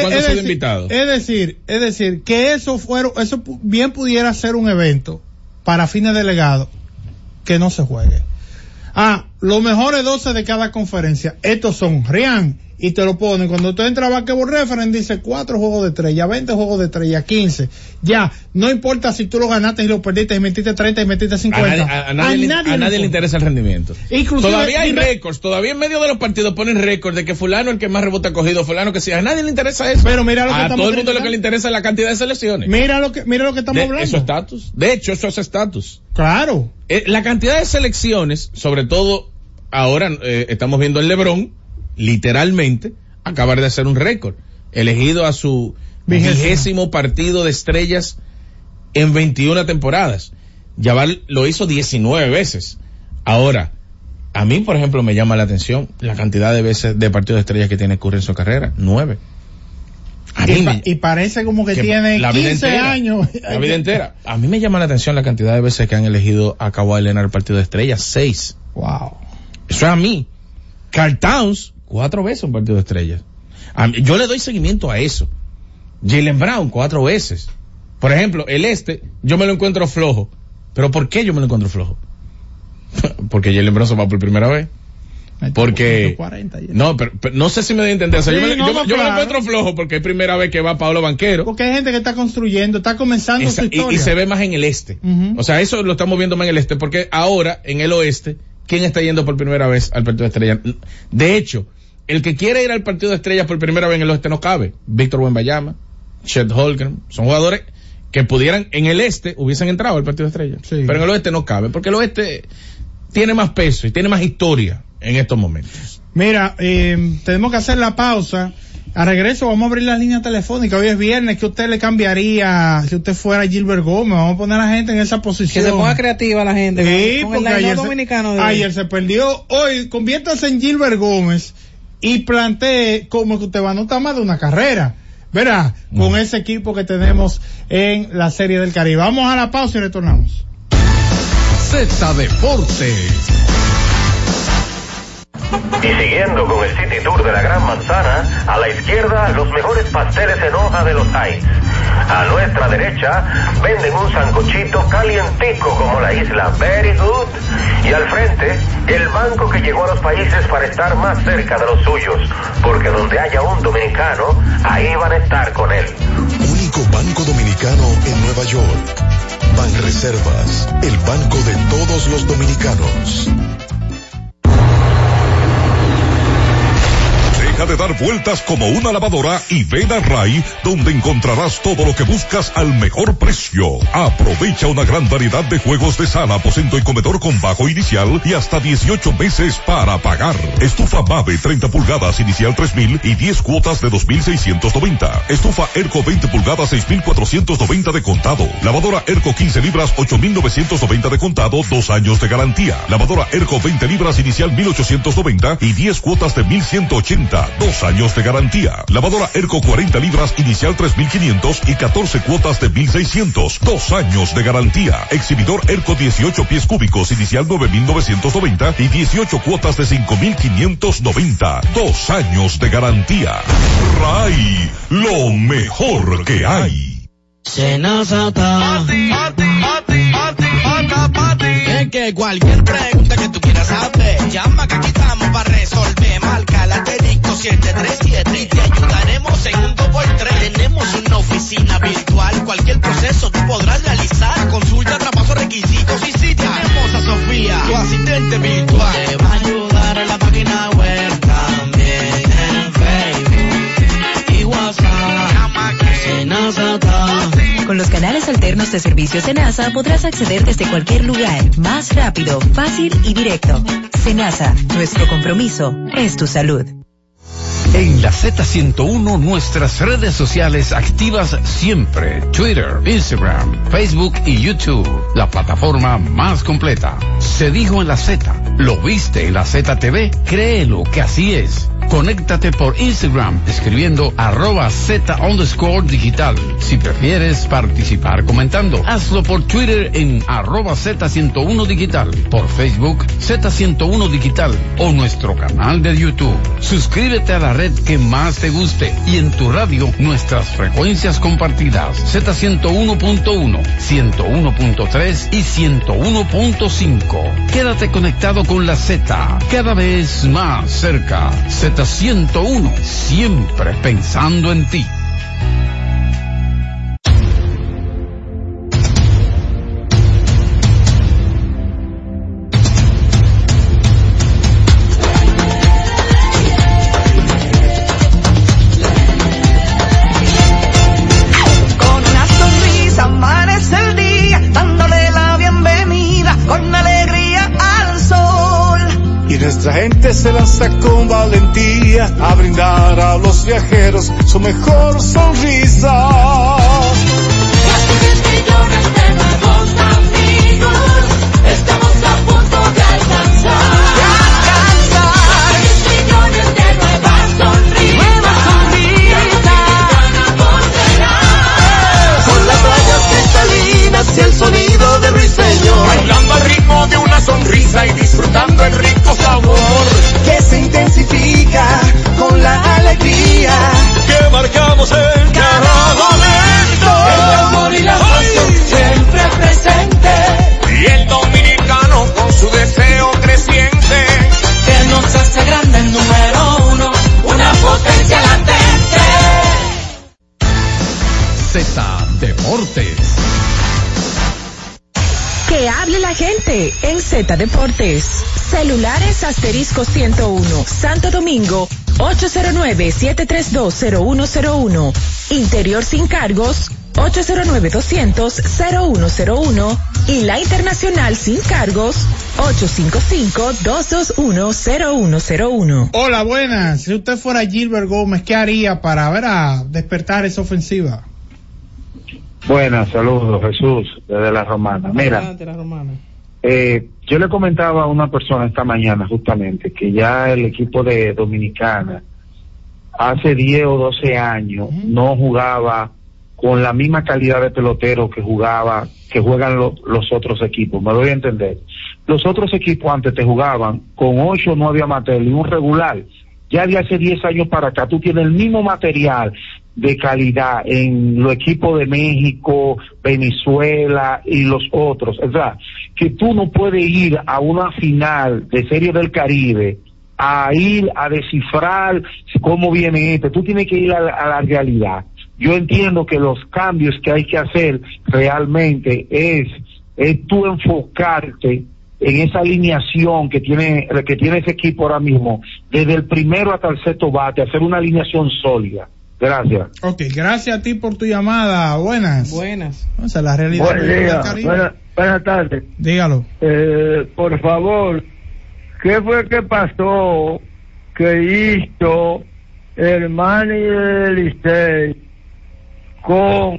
decir, que eso bien pudiera ser un evento para fines de legado que no se juegue. Los mejores 12 de cada conferencia, estos son Rian, y te lo ponen. Cuando tú entras a Basketball Reference, dice 4 juegos de estrella, 20 juegos de estrella, 15. Ya, no importa si tú lo ganaste y lo perdiste, y metiste 30 y metiste 50. A nadie le interesa el rendimiento. Inclusive, todavía hay récords, todavía en medio de los partidos ponen récords de que fulano el que más rebote ha cogido, fulano que sí. A nadie le interesa eso. Pero mira lo que a todo el mundo lo que le interesa es la cantidad de selecciones. Mira lo que estamos hablando. Eso es estatus. De hecho, eso es estatus. Claro. La cantidad de selecciones, sobre todo ahora estamos viendo el LeBron, literalmente, acabar de hacer un récord, elegido a su 20º partido de estrellas en 21 temporadas. Jabal lo hizo 19 veces. Ahora, a mí, por ejemplo, me llama la atención la cantidad de veces de partidos de estrellas que tiene Curry en su carrera, 9. Y parece como que tiene 15 años. La vida entera. A mí me llama la atención la cantidad de veces que han elegido a Kawhi Leonard el partido de estrellas, 6. Wow. Eso es a mí. Karl Towns, 4 veces un partido de estrellas. Yo le doy seguimiento a eso. Jaylen Brown, 4 veces. Por ejemplo, yo me lo encuentro flojo. ¿Pero por qué yo me lo encuentro flojo? Porque Jaylen Brown se va por primera vez. Porque no, pero no sé si me doy a entender. O sea, yo me lo encuentro flojo porque es primera vez que va Paolo Banchero. Porque hay gente que está construyendo, está comenzando su historia. Y se ve más en el este. O sea, eso lo estamos viendo más en el este, porque ahora en el oeste, ¿quién está yendo por primera vez al partido de estrellas? De hecho, el que quiere ir al partido de estrellas por primera vez en el oeste no cabe. Víctor Wembanyama, Chet Holmgren, son jugadores que pudieran en el este hubiesen entrado al partido de estrellas. Sí. Pero en el oeste no cabe, porque el oeste tiene más peso y tiene más historia en estos momentos. Mira, tenemos que hacer la pausa. A regreso vamos a abrir las líneas telefónicas. Hoy es viernes. ¿Qué usted le cambiaría si usted fuera Gilbert Gómez? Vamos a poner a la gente en esa posición. Que se ponga creativa la gente. Sí, porque ayer se perdió. Hoy conviértase en Gilbert Gómez y plantee como que usted va a anotar más de una carrera. Verá, con ese equipo que tenemos en la Serie del Caribe. Vamos a la pausa y retornamos. Z Deportes. Y siguiendo con el City Tour de la Gran Manzana, a la izquierda los mejores pasteles en hoja de los Heights. A nuestra derecha venden un sancochito calientico como la isla Very Good. Y al frente, el banco que llegó a los países para estar más cerca de los suyos. Porque donde haya un dominicano, ahí van a estar con él. Único banco dominicano en Nueva York. Banreservas, el banco de todos los dominicanos. Deja Deja de dar vueltas como una lavadora y ven a Ray, donde encontrarás todo lo que buscas al mejor precio. Aprovecha una gran variedad de juegos de sala, aposento y comedor con bajo inicial y hasta 18 meses para pagar. Estufa Mave 30 pulgadas inicial 3,000 y 10 cuotas de 2,690. Estufa Erco 20 pulgadas 6,490 de contado. Lavadora Erco 15 libras 8,990 de contado, 2 años de garantía. Lavadora Erco 20 libras inicial 1,890 y 10 cuotas de 1,180, 2 años de garantía. Lavadora Erco 40 libras inicial 3,500 y 14 cuotas de 1,600, 2 años de garantía. Exhibidor Erco 18 pies cúbicos inicial 9,990 y 18 cuotas de 5,590, 2 años de garantía. Ray, lo mejor que hay. Es que cualquier pregunta que tú quieras saber, llama que aquí estamos para resolver. Marca la asterisco 737 y te ayudaremos en un 2x3. Tenemos una oficina virtual, cualquier proceso tú podrás realizar. Consulta, traspaso, requisitos y si tenemos a Sofía, tu asistente virtual. Te va a ayudar en la página web, también en Facebook y WhatsApp. Llama que Senasa está. Con los canales alternos de servicios Senasa podrás acceder desde cualquier lugar, más rápido, fácil y directo. Senasa, nuestro compromiso es tu salud. En la Z101 nuestras redes sociales activas siempre. Twitter, Instagram, Facebook y YouTube. La plataforma más completa. Se dijo en la Z. ¿Lo viste en la ZTV? Créelo que así es. Conéctate por Instagram escribiendo @Z_digital. Si prefieres participar comentando, hazlo por Twitter en @Z101 digital, por Facebook Z101 digital o nuestro canal de YouTube. Suscríbete a la red que más te guste y en tu radio nuestras frecuencias compartidas Z101.1, 101.3 y 101.5. Quédate conectado con la Z, cada vez más cerca. Z101, siempre pensando en ti. Con una sonrisa amanece el día, dándole la bienvenida con alegría al sol. Y nuestra gente se lanza con valentía a brindar a los viajeros su mejor sonrisa. Casi 10 millones de nuevos amigos, estamos a punto de alcanzar. Casi 10 millones de nuevas sonrisas, con las playas cristalinas y el sonido de Ruiseñor, Bailando al ritmo de una sonrisa y disfrutando el rico sabor que se intensifica con la alegría que marcamos en cada momento. El amor y la pasión siempre presente, Y el dominicano con su deseo creciente que nos hace grande el número uno, una potencia latente. Z Deportes. Que hable la gente en Z Deportes. Celulares asterisco 101, Santo Domingo, 809-732-0101. Interior sin cargos, 809-200-0101. Y la internacional sin cargos, 855-221-0101. Hola, buenas. Si usted fuera Gilbert Gómez, ¿qué haría para despertar esa ofensiva? Buenas, saludos, Jesús, desde La Romana. Mira, Adelante, La Romana. yo le comentaba a una persona esta mañana justamente que ya el equipo de Dominicana hace 10 o 12 años no jugaba con la misma calidad de pelotero que juegan los otros equipos. Me doy a entender. Los otros equipos antes te jugaban con 8 o 9 amateurs y un regular. Ya de hace 10 años para acá tú tienes el mismo material de calidad en los equipos de México, Venezuela y los otros. Es verdad que tú no puedes ir a una final de Serie del Caribe a ir a descifrar cómo viene tú tienes que ir a la realidad. Yo entiendo que los cambios que hay que hacer realmente es tú enfocarte en esa alineación que tiene ese equipo ahora mismo, desde el primero hasta el sexto bate, hacer una alineación sólida. Gracias. Ok, gracias a ti por tu llamada. Buenas. Buenas. O sea, la realidad. Buen día. Buenas tardes. Dígalo. Por favor, ¿qué fue que pasó que hizo el manager del Licey con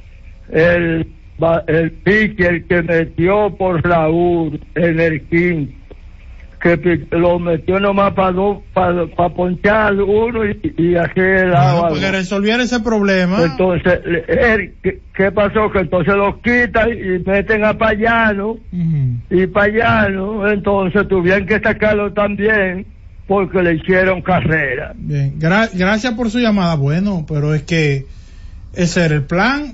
el pitcher que metió por Raúl en el quinto, que lo metió nomás para ponchar uno y hacer el agua? Porque resolviera ese problema. Entonces, ¿qué pasó? Que entonces lo quitan y meten a Payano, y Payano, entonces tuvieron que sacarlo también porque le hicieron carrera. Bien, gracias por su llamada. Bueno, pero es que ese era el plan.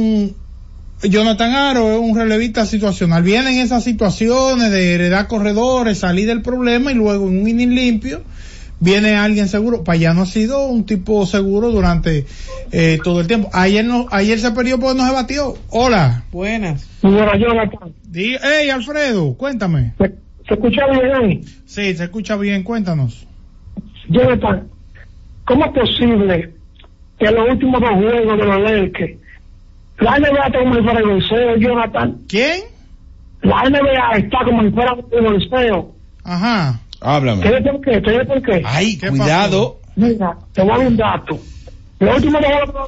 Jonathan Aro es un relevista situacional. Vienen esas situaciones de heredar corredores, salir del problema y luego en un inning limpio viene alguien seguro. Payano ha sido un tipo seguro durante todo el tiempo. Ayer se perdió porque no se batió. Hola. Buenas. Buenas, Jonathan. Hey, Alfredo, cuéntame. ¿Se escucha bien ahí? Sí, se escucha bien. Cuéntanos. Jonathan, ¿cómo es posible que en los últimos 2 juegos de los Lakers la NBA está como si fuera el boxeo, Jonathan? ¿Quién? La NBA está como si fuera el boxeo. Ajá. Háblame. ¿Qué por qué? Ay, cuidado. Mira, te voy a dar un dato. Los últimos 2 juegos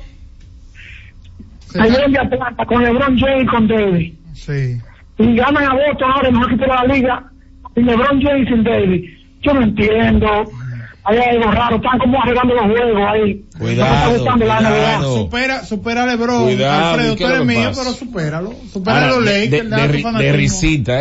salieron de Atlanta con LeBron James y con Davis. Sí. Y ganan a Boston ahora, el mejor equipo de la liga, y LeBron James y Davis. Yo no entiendo. Hay algo raro, están como arreglando los juegos ahí. Cuidado. Supera a LeBron. Cuidado, Alfredo, tú eres mío, pero supéralo. Supera a los Lakers. De risita,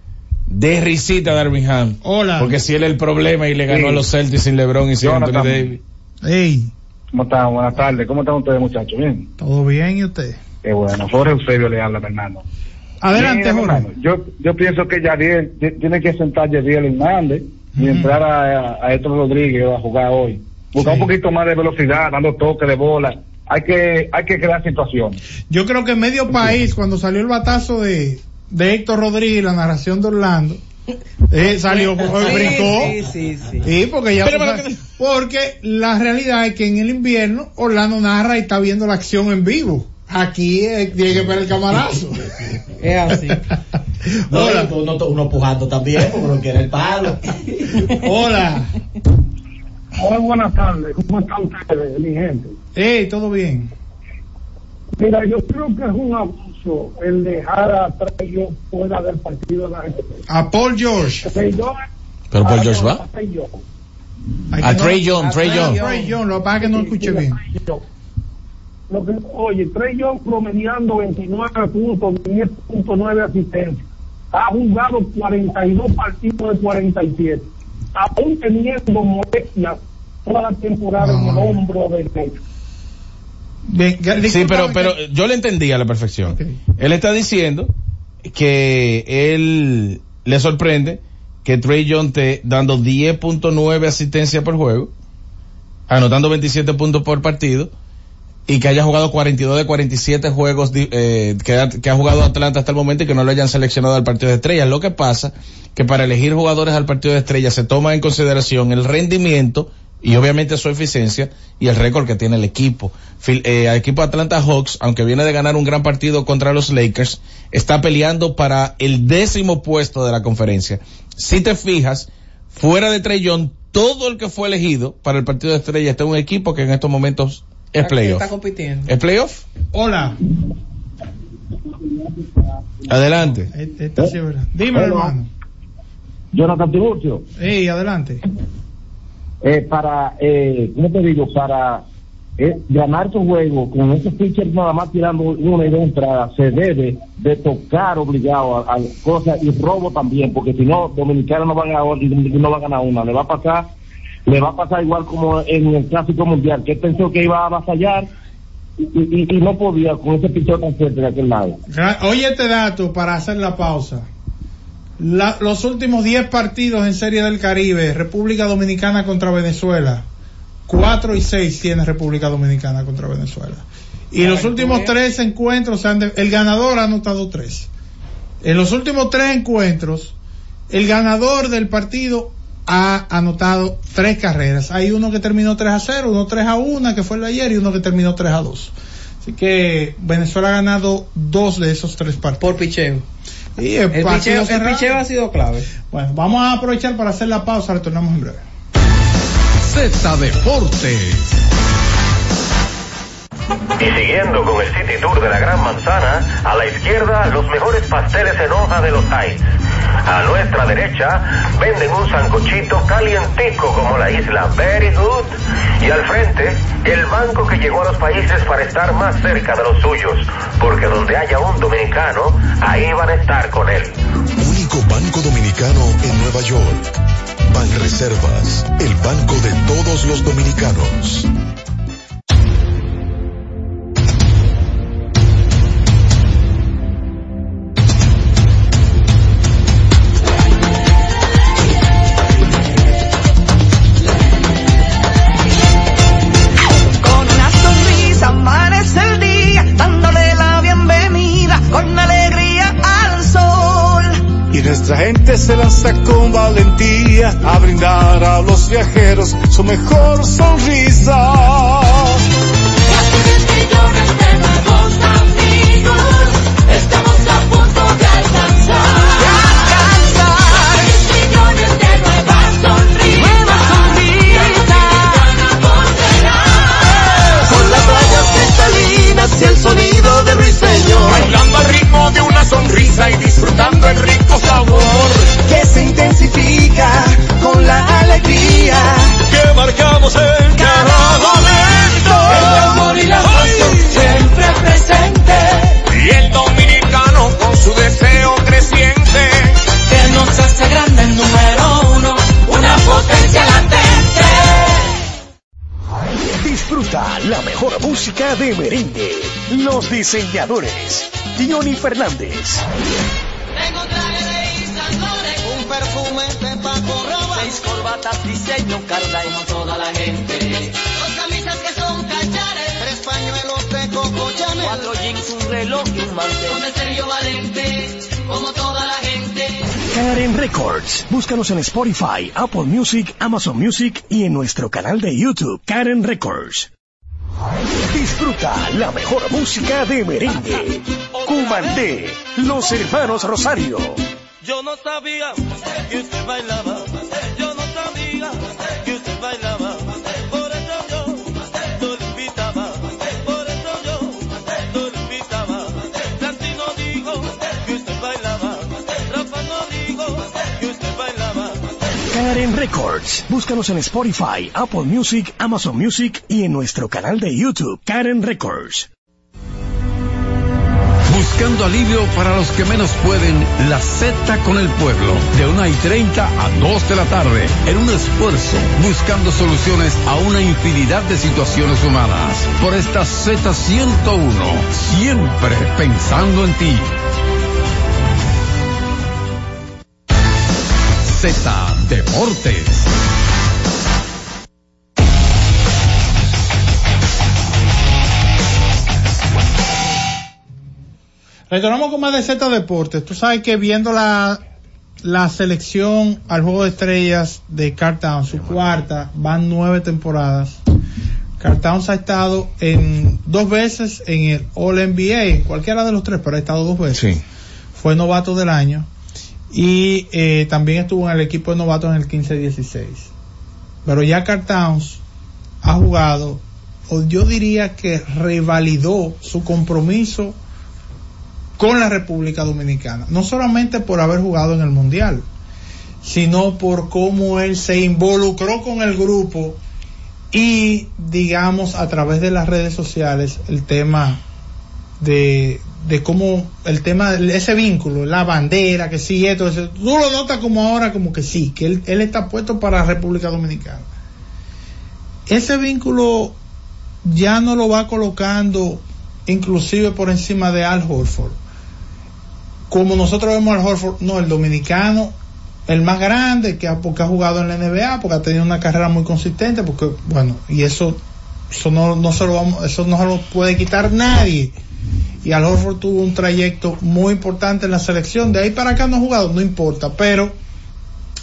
de risita Birmingham. Hola. Porque si él es el problema y le ganó a los Celtics sin LeBron y sin Anthony Davis. Hey. ¿Cómo están? Buenas tardes. ¿Cómo están ustedes, muchachos? ¿Bien? Todo bien, ¿y usted? Qué bueno. Jorge Eusebio le habla, Fernando. Adelante, Jorge. Jorge. Yo pienso que Yadiel tiene que sentar Yadiel Hernández y entrar a Héctor Rodríguez a jugar hoy. Buscar un poquito más de velocidad, dando toques de bola. Hay que crear situaciones. Yo creo que medio país, cuando salió el batazo de Héctor Rodríguez, la narración de Orlando, salió, brincó. Sí, porque ya porque la realidad es que en el invierno Orlando narra y está viendo la acción en vivo. Aquí tiene que ver el camarazo. Es así. Hola. Uno pujando también porque no quiere el palo. Hola. Muy buenas tardes. ¿Cómo están ustedes, mi gente? Todo bien. Mira, yo creo que es un abuso el dejar a Trey Young fuera del partido de la gente. A Paul George. Pero Paul George va. A Trey Young. Lo que pasa es que no escuché bien. Oye, Trey Young promediando 29 puntos, 10.9 asistencias. Ha jugado 42 partidos de 47. Aún teniendo molestias toda la temporada en el hombro derecho. Sí, pero yo le entendí a la perfección. Okay. Él está diciendo que él le sorprende que Trey Young esté dando 10.9 asistencias por juego, anotando 27 puntos por partido, y que haya jugado 42 de 47 juegos que ha jugado Atlanta hasta el momento y que no lo hayan seleccionado al partido de estrellas. Lo que pasa que para elegir jugadores al partido de estrellas se toma en consideración el rendimiento y obviamente su eficiencia y el récord que tiene el equipo. El equipo Atlanta Hawks, aunque viene de ganar un gran partido contra los Lakers, está peleando para el 10º puesto de la conferencia. Si te fijas, fuera de Trey Young, todo el que fue elegido para el partido de estrellas está en un equipo que en estos momentos es playoff. Está compitiendo. ¿Es playoff? Hola. Adelante. Dime, hermano. Jonathan Tiburcio. Adelante. ¿Cómo te digo? Para ganar tu juego con esos pitchers nada más tirando una y dos entradas, se debe de tocar obligado a cosas y robo también, porque si no, Dominicana no va a ganar una. Le va a pasar igual como en el Clásico Mundial, que pensó que iba a avasallar y no podía con ese pitcher tan fuerte de aquel lado. Oye, este dato para hacer la pausa. Los últimos 10 partidos en Serie del Caribe, República Dominicana contra Venezuela, 4-6 tiene República Dominicana contra Venezuela. Y los últimos 3 encuentros, el ganador ha anotado 3. En los últimos 3 encuentros, El ganador del partido ha anotado 3 carreras. Hay uno que terminó 3-0, uno 3-1, que fue el de ayer, y uno que terminó 3-2. Así que Venezuela ha ganado 2 de esos 3 partidos. Por picheo. Y el picheo ha sido clave. Bueno, vamos a aprovechar para hacer la pausa, retornamos en breve. Z Deportes. Y siguiendo con el City Tour de la Gran Manzana, a la izquierda los mejores pasteles en hoja de los Heights. A nuestra derecha venden un sancochito calientico como la isla Very Good. Y al frente, el banco que llegó a los países para estar más cerca de los suyos, porque donde haya un dominicano, ahí van a estar con él. Único banco dominicano en Nueva York. Banreservas, el banco de todos los dominicanos. Amanece el día, dándole la bienvenida con alegría al sol. Y nuestra gente se lanza con valentía a brindar a los viajeros su mejor sonrisa. Casi 10 millones de nuevos amigos, estamos a punto de alcanzar. 10 millones de nuevas sonrisas. Y el sonido de Ruiseñor, bailando al ritmo de una sonrisa y disfrutando el rico sabor que se intensifica con la alegría que marcamos en cada momento. El amor y la pasión siempre presente, y el dominicano con su deseo creciente que nos hace grande el número 1, una potencia latente. Disfruta la mejor música de merengue. Los diseñadores. Johnny Fernández. Tengo un traje de Yves Saint Laurent, un perfume de Paco Rabanne, 6 corbatas diseño Carla y toda la gente. 2 camisas que son cachares, 3 pañuelos de Coco Chanel, 4 jeans, un reloj y un mantel. Con el Sergio Valente, como toda la gente. Karen Records. Búscanos en Spotify, Apple Music, Amazon Music y en nuestro canal de YouTube, Karen Records. Disfruta la mejor música de merengue. Cumandé, los hermanos Rosario. Yo no sabía que usted bailaba, yo no sabía que usted bailaba, por eso yo lo invitaba, por eso yo lo invitaba. Santino dijo que usted bailaba, Rafa no dijo que usted bailaba. Karen Records. Búscanos en Spotify, Apple Music, Amazon Music y en nuestro canal de YouTube, Karen Records. Buscando alivio para los que menos pueden, la Z con el pueblo, de 1:30 a 2 de la tarde, en un esfuerzo, buscando soluciones a una infinidad de situaciones humanas. Por esta Z101, siempre pensando en ti. Z Deportes. Retornamos con más de Z Deportes. Tú sabes que viendo la selección al Juego de Estrellas de Karl Towns, su cuarta, van 9 temporadas. Karl Towns ha estado en 2 veces en el All-NBA, cualquiera de los 3, pero ha estado 2 veces. Sí. Fue novato del año. Y también estuvo en el equipo de novatos en el 15-16. Pero ya Karl Towns ha jugado, o yo diría que revalidó su compromiso con la República Dominicana, no solamente por haber jugado en el Mundial, sino por cómo él se involucró con el grupo y, digamos, a través de las redes sociales, el tema de cómo el tema, ese vínculo, la bandera, que sí, esto, eso, tú lo notas como ahora, como que sí, que él está puesto para la República Dominicana. Ese vínculo ya no lo va colocando inclusive por encima de Al Horford. Como nosotros vemos al Horford, no, el dominicano, el más grande, porque ha jugado en la NBA, porque ha tenido una carrera muy consistente, porque, bueno, y eso no se lo puede quitar nadie. Y Al Horford tuvo un trayecto muy importante en la selección. De ahí para acá no ha jugado, no importa, pero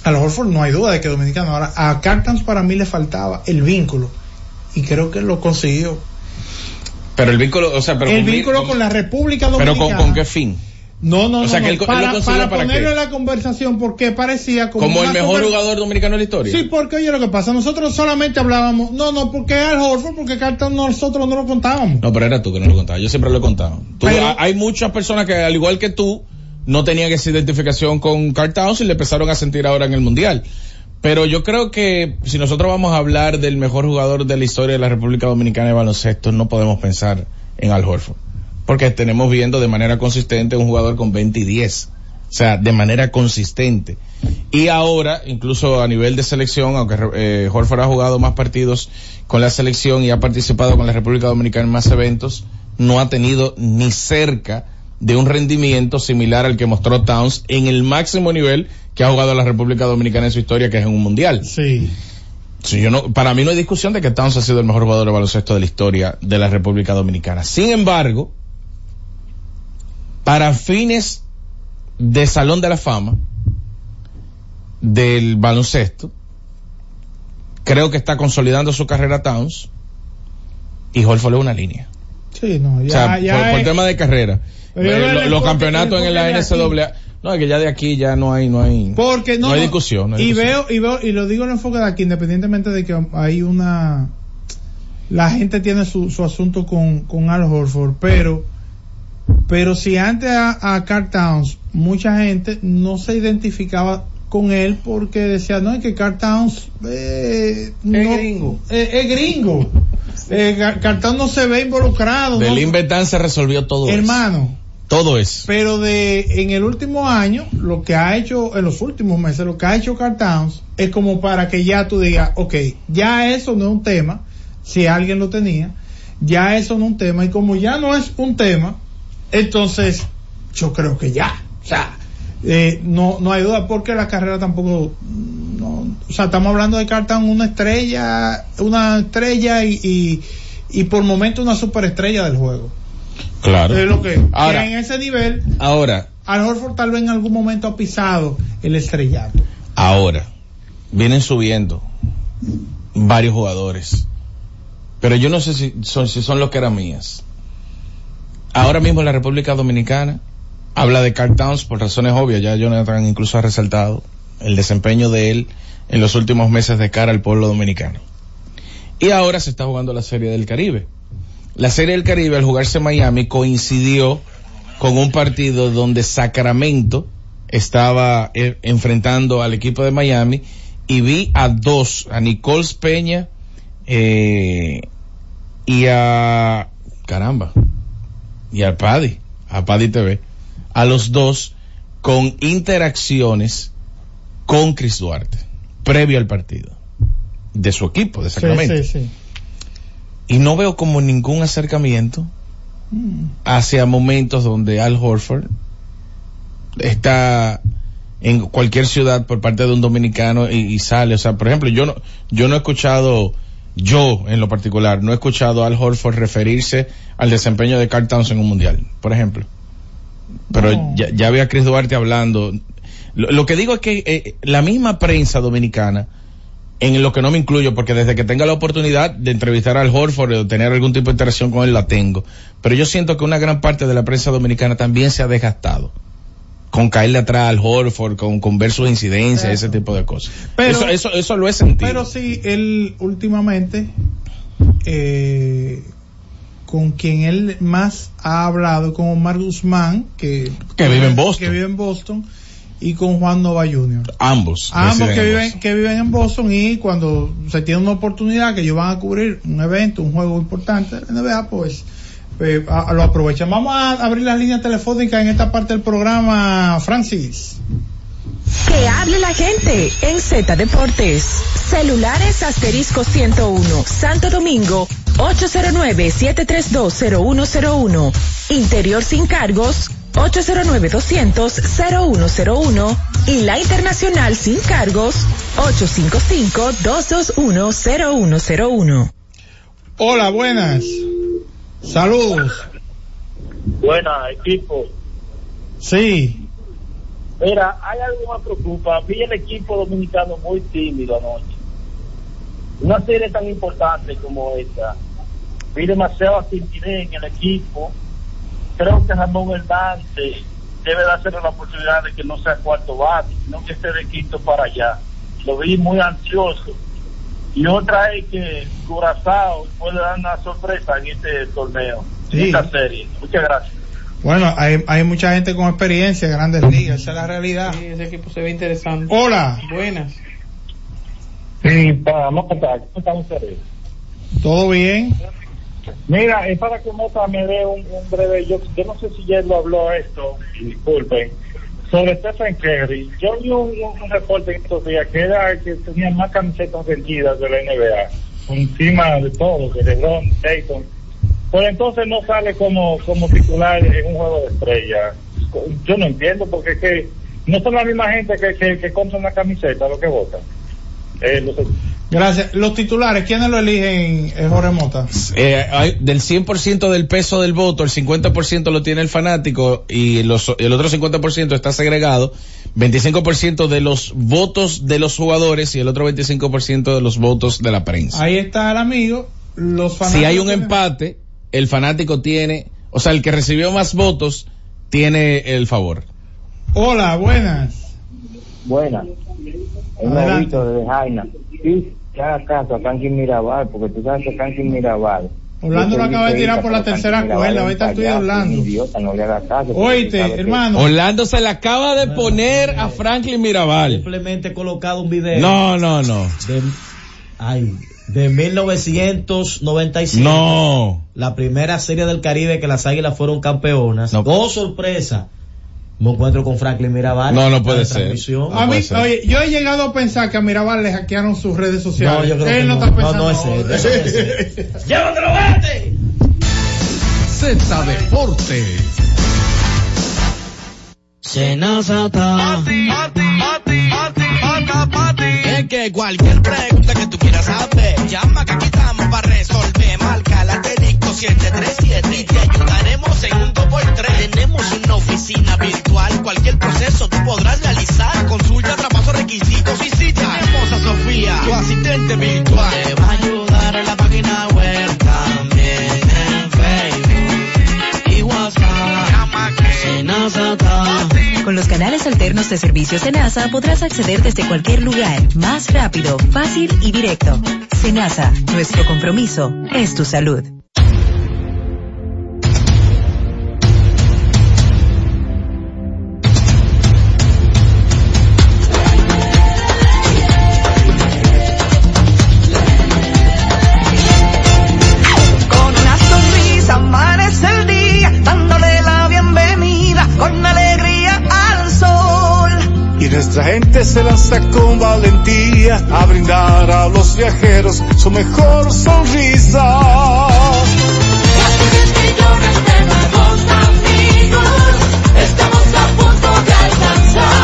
Al Horford no hay duda de que es dominicano. Ahora, a Karl Towns para mí le faltaba el vínculo, y creo que lo consiguió. Pero el vínculo, o sea, pero el vínculo con la República Dominicana. Pero ¿con qué fin? No, o sea, no, que él para ponerlo qué? en la conversación, porque parecía como el mejor jugador dominicano de la historia. Sí, porque oye lo que pasa, nosotros solamente hablábamos, porque Al Horford, porque Karl Towns nosotros no lo contábamos. No, pero era tú que no lo contabas, yo siempre lo he contado. Hay muchas personas que, al igual que tú, no tenían esa identificación con Karl Towns y le empezaron a sentir ahora en el Mundial. Pero yo creo que si nosotros vamos a hablar del mejor jugador de la historia de la República Dominicana de baloncesto, no podemos pensar en Al Horford, porque tenemos viendo de manera consistente un jugador con 20 y 10, o sea, de manera consistente. Y ahora, incluso a nivel de selección, aunque Horford ha jugado más partidos con la selección y ha participado con la República Dominicana en más eventos, no ha tenido ni cerca de un rendimiento similar al que mostró Towns en el máximo nivel que ha jugado la República Dominicana en su historia, que es en un mundial. Sí. Sí, para mí no hay discusión de que Towns ha sido el mejor jugador de baloncesto de la historia de la República Dominicana. Sin embargo, para fines de Salón de la Fama del baloncesto, creo que está consolidando su carrera Towns, y Horford es una línea. Sí, no, por tema de carrera. Los campeonatos en la NCAA, no, es que ya de aquí ya no hay porque no hay discusión. Veo, y lo digo en el enfoque de aquí, independientemente de que hay la gente tiene su asunto con Al Horford, pero si antes a Karl Towns mucha gente no se identificaba con él porque decía, no, es que Karl Towns es gringo. Karl Towns no se ve involucrado. Del Invetán se resolvió todo hermano. Eso. Todo eso. Pero en el último año, lo que ha hecho, en los últimos meses, lo que ha hecho Karl Towns es como para que ya tú digas, okay, ya eso no es un tema, si alguien lo tenía, ya eso no es un tema, y como ya no es un tema, entonces yo creo que ya, o sea, no hay duda, porque la carrera tampoco, o sea, estamos hablando de Karl Towns, una estrella y por momento una superestrella del juego. Claro. Es lo que ahora, en ese nivel, ahora, Al Horford tal vez en algún momento ha pisado el estrellato. Ahora, vienen subiendo varios jugadores, pero yo no sé si son los que eran mías. Ahora mismo en la República Dominicana habla de Karl Towns por razones obvias, ya Jonathan incluso ha resaltado el desempeño de él en los últimos meses de cara al pueblo dominicano. Y ahora se está jugando la Serie del Caribe. La Serie del Caribe, al jugarse en Miami, coincidió con un partido donde Sacramento estaba enfrentando al equipo de Miami, y vi a Nicols Peña y a Paddy TV, a los dos con interacciones con Chris Duarte previo al partido de su equipo de Sacramento. Sí. Y no veo como ningún acercamiento hacia momentos donde Al Horford está en cualquier ciudad por parte de un dominicano y sale. O sea, por ejemplo, yo no he escuchado, en lo particular, no he escuchado a Al Horford referirse al desempeño de Karl Towns en un mundial, por ejemplo. Pero ya vi a Chris Duarte hablando. Lo que digo es que la misma prensa dominicana, en lo que no me incluyo, porque desde que tenga la oportunidad de entrevistar al Horford o tener algún tipo de interacción con él, la tengo. Pero yo siento que una gran parte de la prensa dominicana también se ha desgastado con caerle atrás al Horford, con ver sus incidencias, ese tipo de cosas. Pero, eso lo he sentido. Pero sí, él últimamente, con quien él más ha hablado, con Omar Guzmán, que vive en Boston, y con Juan Nova Jr. Ambos que viven en Boston, y cuando se tiene una oportunidad que ellos van a cubrir un evento, un juego importante de la NBA, pues lo aprovechan. Vamos a abrir las líneas telefónicas en esta parte del programa, Francis. Que hable la gente en Z Deportes. Celulares asterisco 101, Santo Domingo, 809-732-0101. Interior sin cargos, 809-200-0101, y la internacional sin cargos, 855-221-0101. Hola, buenas. Saludos. Buenas, equipo. Sí. Mira, hay algo que me preocupa. Vi el equipo dominicano muy tímido anoche. Una serie tan importante como esta. Vi demasiada timidez en el equipo. Creo que Ramón Hernández debe darse la oportunidad de que no sea cuarto bate, sino que esté de quinto para allá. Lo vi muy ansioso. Y otra es que Curazao puede dar una sorpresa en este torneo, en esta serie. Muchas gracias. Bueno, hay mucha gente con experiencia en Grandes Ligas, esa es la realidad. Sí, ese equipo se ve interesante. Hola. Buenas. Sí, vamos a contar. ¿Cómo están ustedes? ¿Todo bien? Mira, es para que Mota me dé un breve... Yo no sé si ya lo habló esto, disculpen, sobre Stephen Curry. Yo vi un reporte en estos días que era que tenía más camisetas vendidas de la NBA, encima de todo, de LeBron, Tatum. Pero entonces no sale como titular en un juego de estrellas. Yo no entiendo, porque es que no son la misma gente que compra una camiseta lo que votan. Gracias. Los titulares, ¿quiénes lo eligen, Jorge Mota? Del 100% del peso del voto, el 50% lo tiene el fanático y el otro 50% está segregado. 25% de los votos de los jugadores y el otro 25% de los votos de la prensa. Ahí está el amigo. Los fanáticos. Si hay un empate, el fanático tiene, o sea, el que recibió más votos tiene el favor. Hola, buenas. Buenas. Un novito de Jaina. Sí, ya acaso a Canqui Mirabal, porque tú sabes que Canqui Mirabal. Orlando lo acaba de tirar por la tercera cuerda, ahorita estoy Orlando. Idiota, no le haga caso. Oíste, hermano. Orlando se le acaba de poner a Franklin Mirabal. Simplemente he colocado un video. No. De 1997. No. La primera serie del Caribe que las Águilas fueron campeonas. No. Oh, sorpresa. Me encuentro con Franklin Mirabal. No puede ser. A mí, oye, yo he llegado a pensar que a Mirabal le hackearon sus redes sociales. No, yo creo él que no está pensando. No es él. ¡Llévatelo, vete! Z Deportes. Es que cualquier pregunta que tú quieras saber, llama que aquí estamos para resolver. Marca la asterisco 737 y te ayudaremos en un 2x3. Tenemos una oficina virtual, cualquier proceso tú podrás realizar. Consulta, traspaso, requisitos y cita. Tenemos a Sofía, tu asistente virtual. Te va a ayudar en la página web, también en Facebook y WhatsApp. Llama que Con los canales alternos de servicios Senasa podrás acceder desde cualquier lugar, más rápido, fácil y directo. Senasa, nuestro compromiso es tu salud. Con una sonrisa amanece el día, dándole la bienvenida con alegría al sol. Y nuestra gente se lanza con valentía a brindar a los viajeros su mejor sonrisa. Casi 10 millones de nuevos amigos, estamos a punto de alcanzar.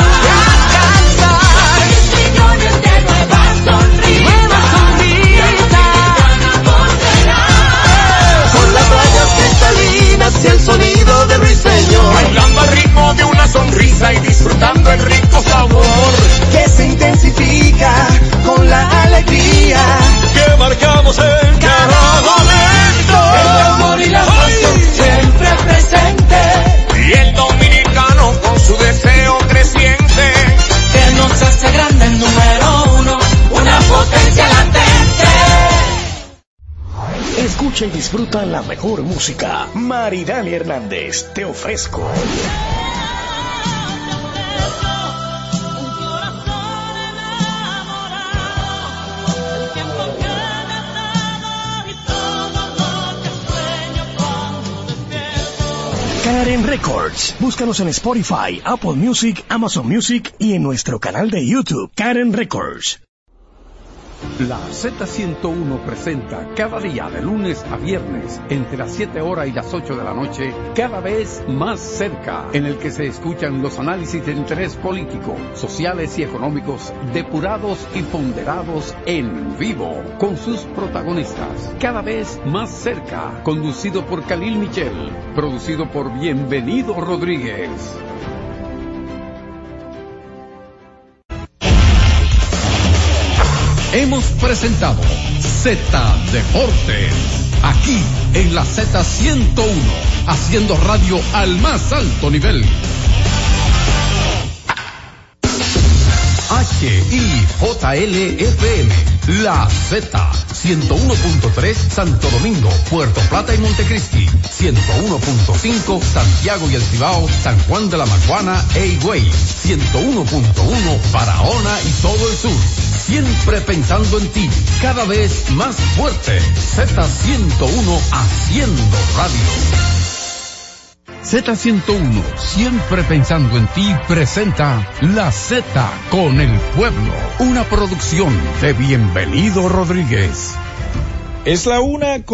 10 millones de nuevas sonrisas, y el Dominicana volverá. Con las playas cristalinas y el sonido de Ruiseñor, Bailando al ritmo de una sonrisa y disfrutando el rico sabor que se intensifica con la alegría que marcamos en cada momento. El amor y la pasión siempre presente, Y el dominicano con su deseo creciente que nos hace grande el número uno, una potencia latente. Escucha y disfruta la mejor música. Maridani Hernández, te ofrezco. Karen Records. Búscanos en Spotify, Apple Music, Amazon Music y en nuestro canal de YouTube, Karen Records. La Z101 presenta cada día de lunes a viernes entre las 7 horas y las 8 de la noche, cada vez más cerca, en el que se escuchan los análisis de interés político, sociales y económicos depurados y ponderados en vivo, con sus protagonistas. Cada vez más cerca, conducido por Khalil Michel, producido por Bienvenido Rodríguez. Hemos presentado Z Deportes, aquí en la Z101, haciendo radio al más alto nivel. HIJLFM, La Z, 101.3 Santo Domingo, Puerto Plata y Montecristi, 101.5 Santiago y El Cibao, San Juan de la Maguana e Higüey, 101.1 Barahona y todo el sur. Siempre pensando en ti, cada vez más fuerte. Z101 haciendo radio. Z101, siempre pensando en ti, presenta La Z con el pueblo, una producción de Bienvenido Rodríguez. Es la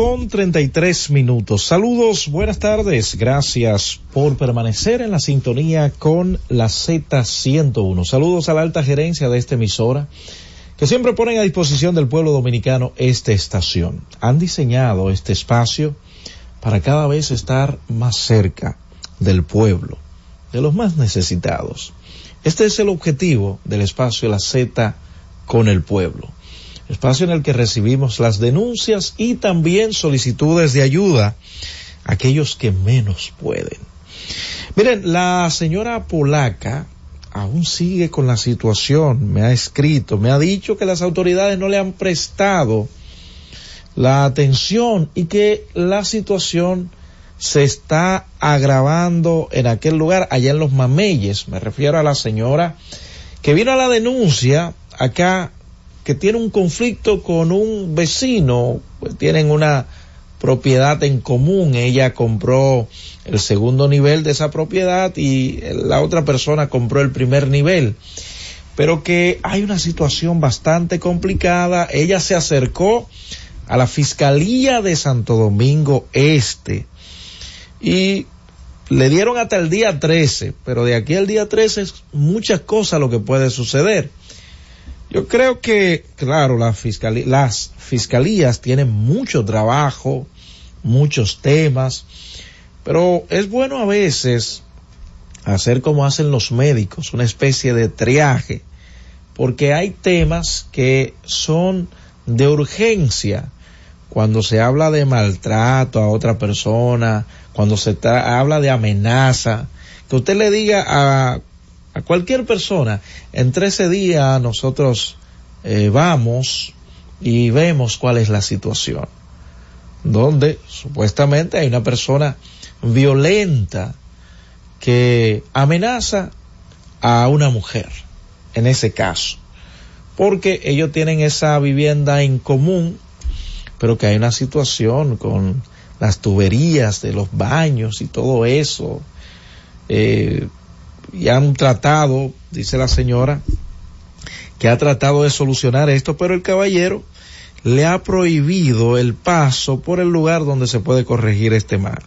1:33. Saludos, buenas tardes, gracias por permanecer en la sintonía con la Z101. Saludos a la alta gerencia de esta emisora, que siempre ponen a disposición del pueblo dominicano esta estación. Han diseñado este espacio para cada vez estar más cerca del pueblo, de los más necesitados. Este es el objetivo del espacio La Z con el pueblo, espacio en el que recibimos las denuncias y también solicitudes de ayuda a aquellos que menos pueden. Miren, la señora polaca aún sigue con la situación, me ha escrito, me ha dicho que las autoridades no le han prestado la atención y que la situación se está agravando en aquel lugar, allá en Los Mameyes. Me refiero a la señora que vino a la denuncia acá, que tiene un conflicto con un vecino, pues tienen una propiedad en común. Ella compró el segundo nivel de esa propiedad y la otra persona compró el primer nivel, pero que hay una situación bastante complicada. Ella se acercó a la Fiscalía de Santo Domingo Este y le dieron hasta el día 13, pero de aquí al día 13 es muchas cosas lo que puede suceder. Yo creo que, claro, las fiscalías tienen mucho trabajo, muchos temas, pero es bueno a veces hacer como hacen los médicos, una especie de triaje, porque hay temas que son de urgencia. Cuando se habla de maltrato a otra persona, cuando se habla de amenaza, que usted le diga a cualquier persona, en 13 días nosotros vamos y vemos cuál es la situación, donde supuestamente hay una persona violenta que amenaza a una mujer, en ese caso, porque ellos tienen esa vivienda en común, pero que hay una situación con las tuberías de los baños y todo eso, y han tratado, dice la señora, que ha tratado de solucionar esto, pero el caballero le ha prohibido el paso por el lugar donde se puede corregir este mal.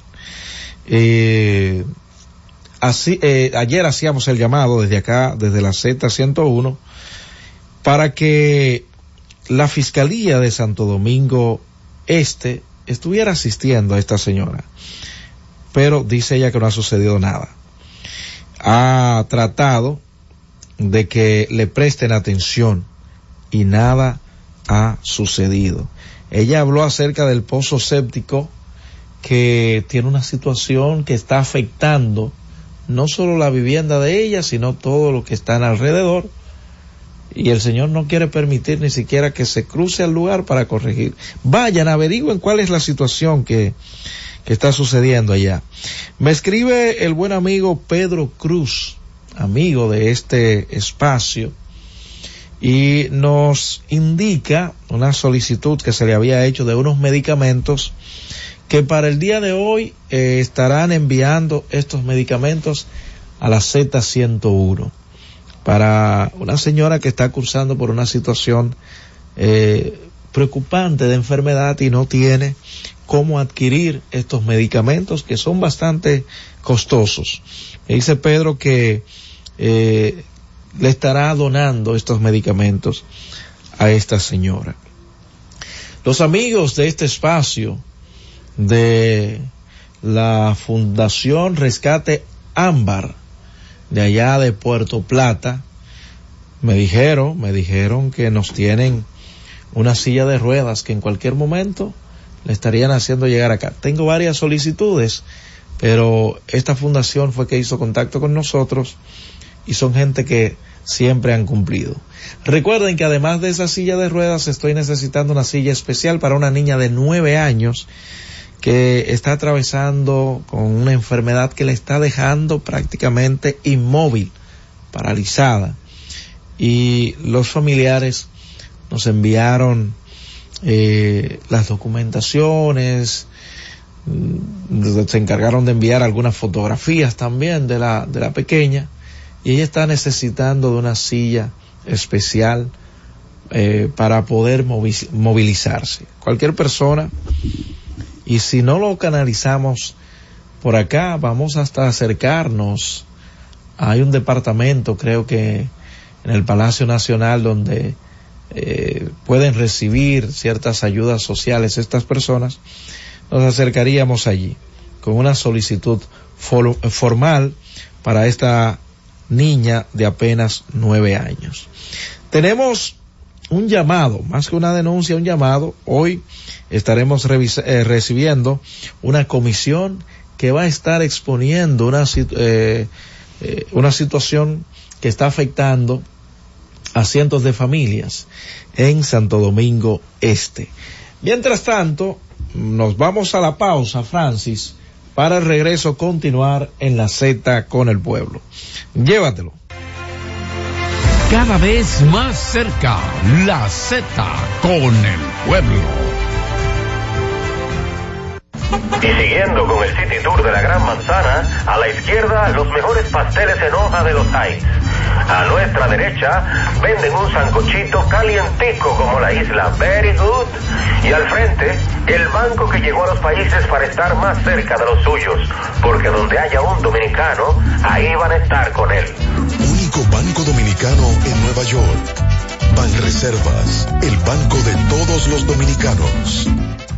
Ayer hacíamos el llamado desde acá, desde la Z101, para que la Fiscalía de Santo Domingo Este estuviera asistiendo a esta señora, pero dice ella que no ha sucedido nada. Ha tratado de que le presten atención y nada ha sucedido. Ella habló acerca del pozo séptico, que tiene una situación que está afectando no solo la vivienda de ella, sino todo lo que está alrededor, y el señor no quiere permitir ni siquiera que se cruce al lugar para corregir. Vayan, averigüen cuál es la situación que está sucediendo allá. Me escribe el buen amigo Pedro Cruz, amigo de este espacio, y nos indica una solicitud que se le había hecho de unos medicamentos que para el día de hoy estarán enviando estos medicamentos a la Z101 para una señora que está cursando por una situación preocupante de enfermedad y no tiene cómo adquirir estos medicamentos, que son bastante costosos. Me dice Pedro que le estará donando estos medicamentos a esta señora. Los amigos de este espacio de la Fundación Rescate Ámbar de allá de Puerto Plata me dijeron que nos tienen una silla de ruedas que en cualquier momento le estarían haciendo llegar acá. Tengo varias solicitudes, pero esta fundación fue que hizo contacto con nosotros y son gente que siempre han cumplido. Recuerden que además de esa silla de ruedas estoy necesitando una silla especial para una niña de 9 años que está atravesando con una enfermedad que le está dejando prácticamente inmóvil, paralizada. Y los familiares nos enviaron las documentaciones, se encargaron de enviar algunas fotografías también de la pequeña, y ella está necesitando de una silla especial para poder movilizarse. Cualquier persona, y si no lo canalizamos por acá, vamos hasta acercarnos. Hay un departamento, creo que en el Palacio Nacional, donde pueden recibir ciertas ayudas sociales estas personas. Nos acercaríamos allí con una solicitud formal para esta niña de apenas 9 años. Tenemos un llamado, más que una denuncia, un llamado. Hoy estaremos recibiendo una comisión que va a estar exponiendo una situación que está afectando a cientos de familias en Santo Domingo Este. Mientras tanto, nos vamos a la pausa, Francis, para el regreso continuar en la Z con el pueblo. Llévatelo. Cada vez más cerca, la Z con el pueblo. Y siguiendo con el City Tour de la Gran Manzana, a la izquierda los mejores pasteles en hoja de los Heights. A nuestra derecha venden un sancochito calientico como la isla Very Good. Y al frente, el banco que llegó a los países para estar más cerca de los suyos, porque donde haya un dominicano, ahí van a estar con él. Único banco dominicano en Nueva York. Banreservas, el banco de todos los dominicanos.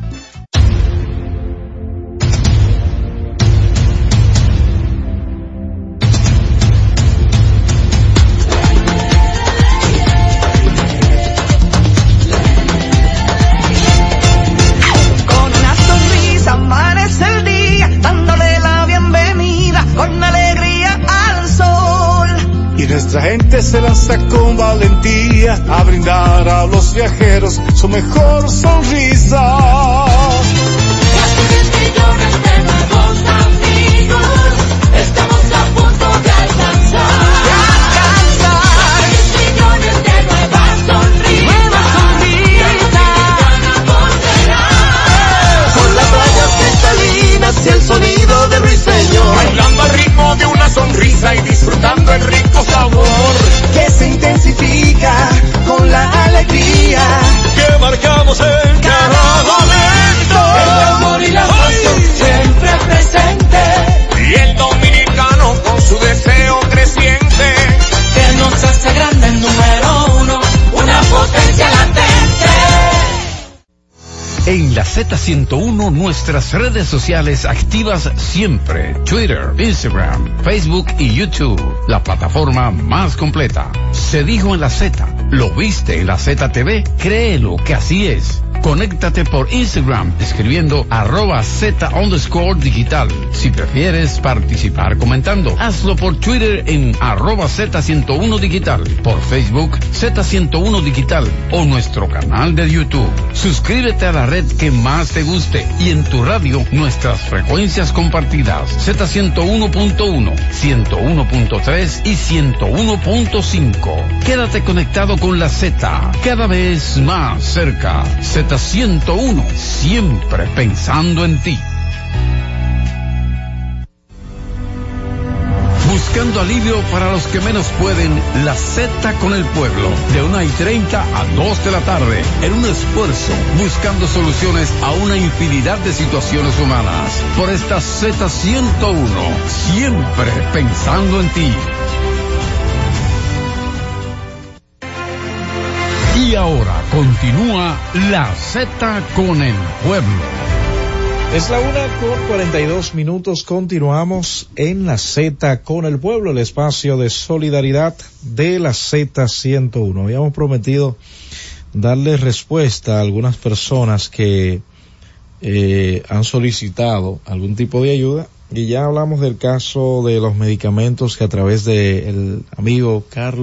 Amanece el día, dándole la bienvenida con alegría al sol. Y nuestra gente se lanza con valentía a brindar a los viajeros su mejor sonrisa. Casi 10 millones de nuevos amigos, estamos a punto de alcanzar. 10 millones de nuevas sonrisas, con las playas cristalinas y el sonido de Ruiseñor, bailando al ritmo de una sonrisa y disfrutando el rico sabor que se intensifica con la alegría que marcamos en cada momento. El amor y la pasión siempre presente, y el dominicano con su deseo creciente que nos hace grande el número uno, una potencia latente. En la Z101 nuestras redes sociales activas siempre. Twitter, Instagram, Facebook y YouTube. La plataforma más completa. Se dijo en la Z. ¿Lo viste en la ZTV? Créelo que así es. Conéctate por Instagram escribiendo @Z_digital. Si prefieres participar comentando, hazlo por Twitter en @Z101 digital, por Facebook Z101 digital o nuestro canal de YouTube. Suscríbete a la red que más te guste y en tu radio nuestras frecuencias compartidas Z101.1, 101.3 y 101.5. Quédate conectado con la Z, cada vez más cerca. Z101, siempre pensando en ti. Buscando alivio para los que menos pueden, la Z con el pueblo, de 1:30 a 2 de la tarde, en un esfuerzo, buscando soluciones a una infinidad de situaciones humanas. Por esta Z101, siempre pensando en ti. Y ahora continúa la Z con el pueblo. Es la 1:42. Continuamos en la Z con el pueblo, el espacio de solidaridad de la Z101. Habíamos prometido darle respuesta a algunas personas que han solicitado algún tipo de ayuda, y ya hablamos del caso de los medicamentos que a través de el amigo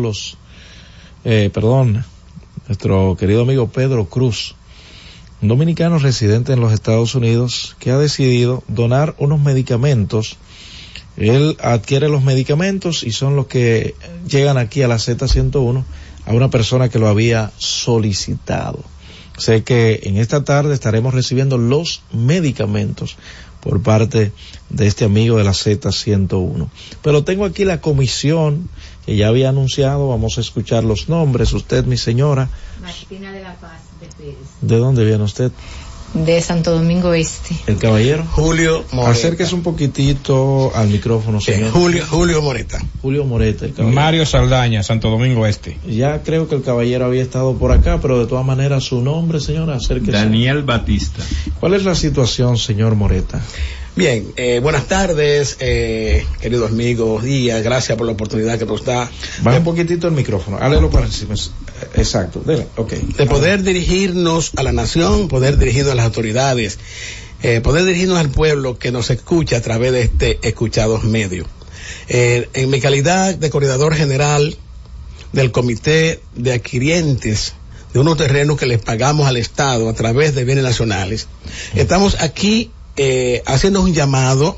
nuestro querido amigo Pedro Cruz, un dominicano residente en los Estados Unidos, que ha decidido donar unos medicamentos. Él adquiere los medicamentos y son los que llegan aquí a la Z101 a una persona que lo había solicitado. Sé que en esta tarde estaremos recibiendo los medicamentos por parte de este amigo de la Z101. Pero tengo aquí la comisión que ya había anunciado. Vamos a escuchar los nombres. Usted, mi señora. Martina de la Paz de Pérez. ¿De dónde viene usted? De Santo Domingo Este. El caballero. Julio Moreta. Acérquese un poquitito al micrófono, señor. Julio Moreta. Julio Moreta, el caballero. Mario Saldaña, Santo Domingo Este. Ya creo que el caballero había estado por acá, pero de todas maneras su nombre, señora, acérquese. Daniel Batista. ¿Cuál es la situación, señor Moreta? Bien, buenas tardes, queridos amigos, días, gracias por la oportunidad que nos da. Baja un poquitito el micrófono, háblelo para encima. Exacto, dele, okay. De poder dirigirnos a la nación, poder dirigirnos a las autoridades, poder dirigirnos al pueblo que nos escucha a través de este escuchados medio. En mi calidad de coordinador general del Comité de Adquirientes de unos terrenos que les pagamos al Estado a través de bienes nacionales, estamos aquí haciendo un llamado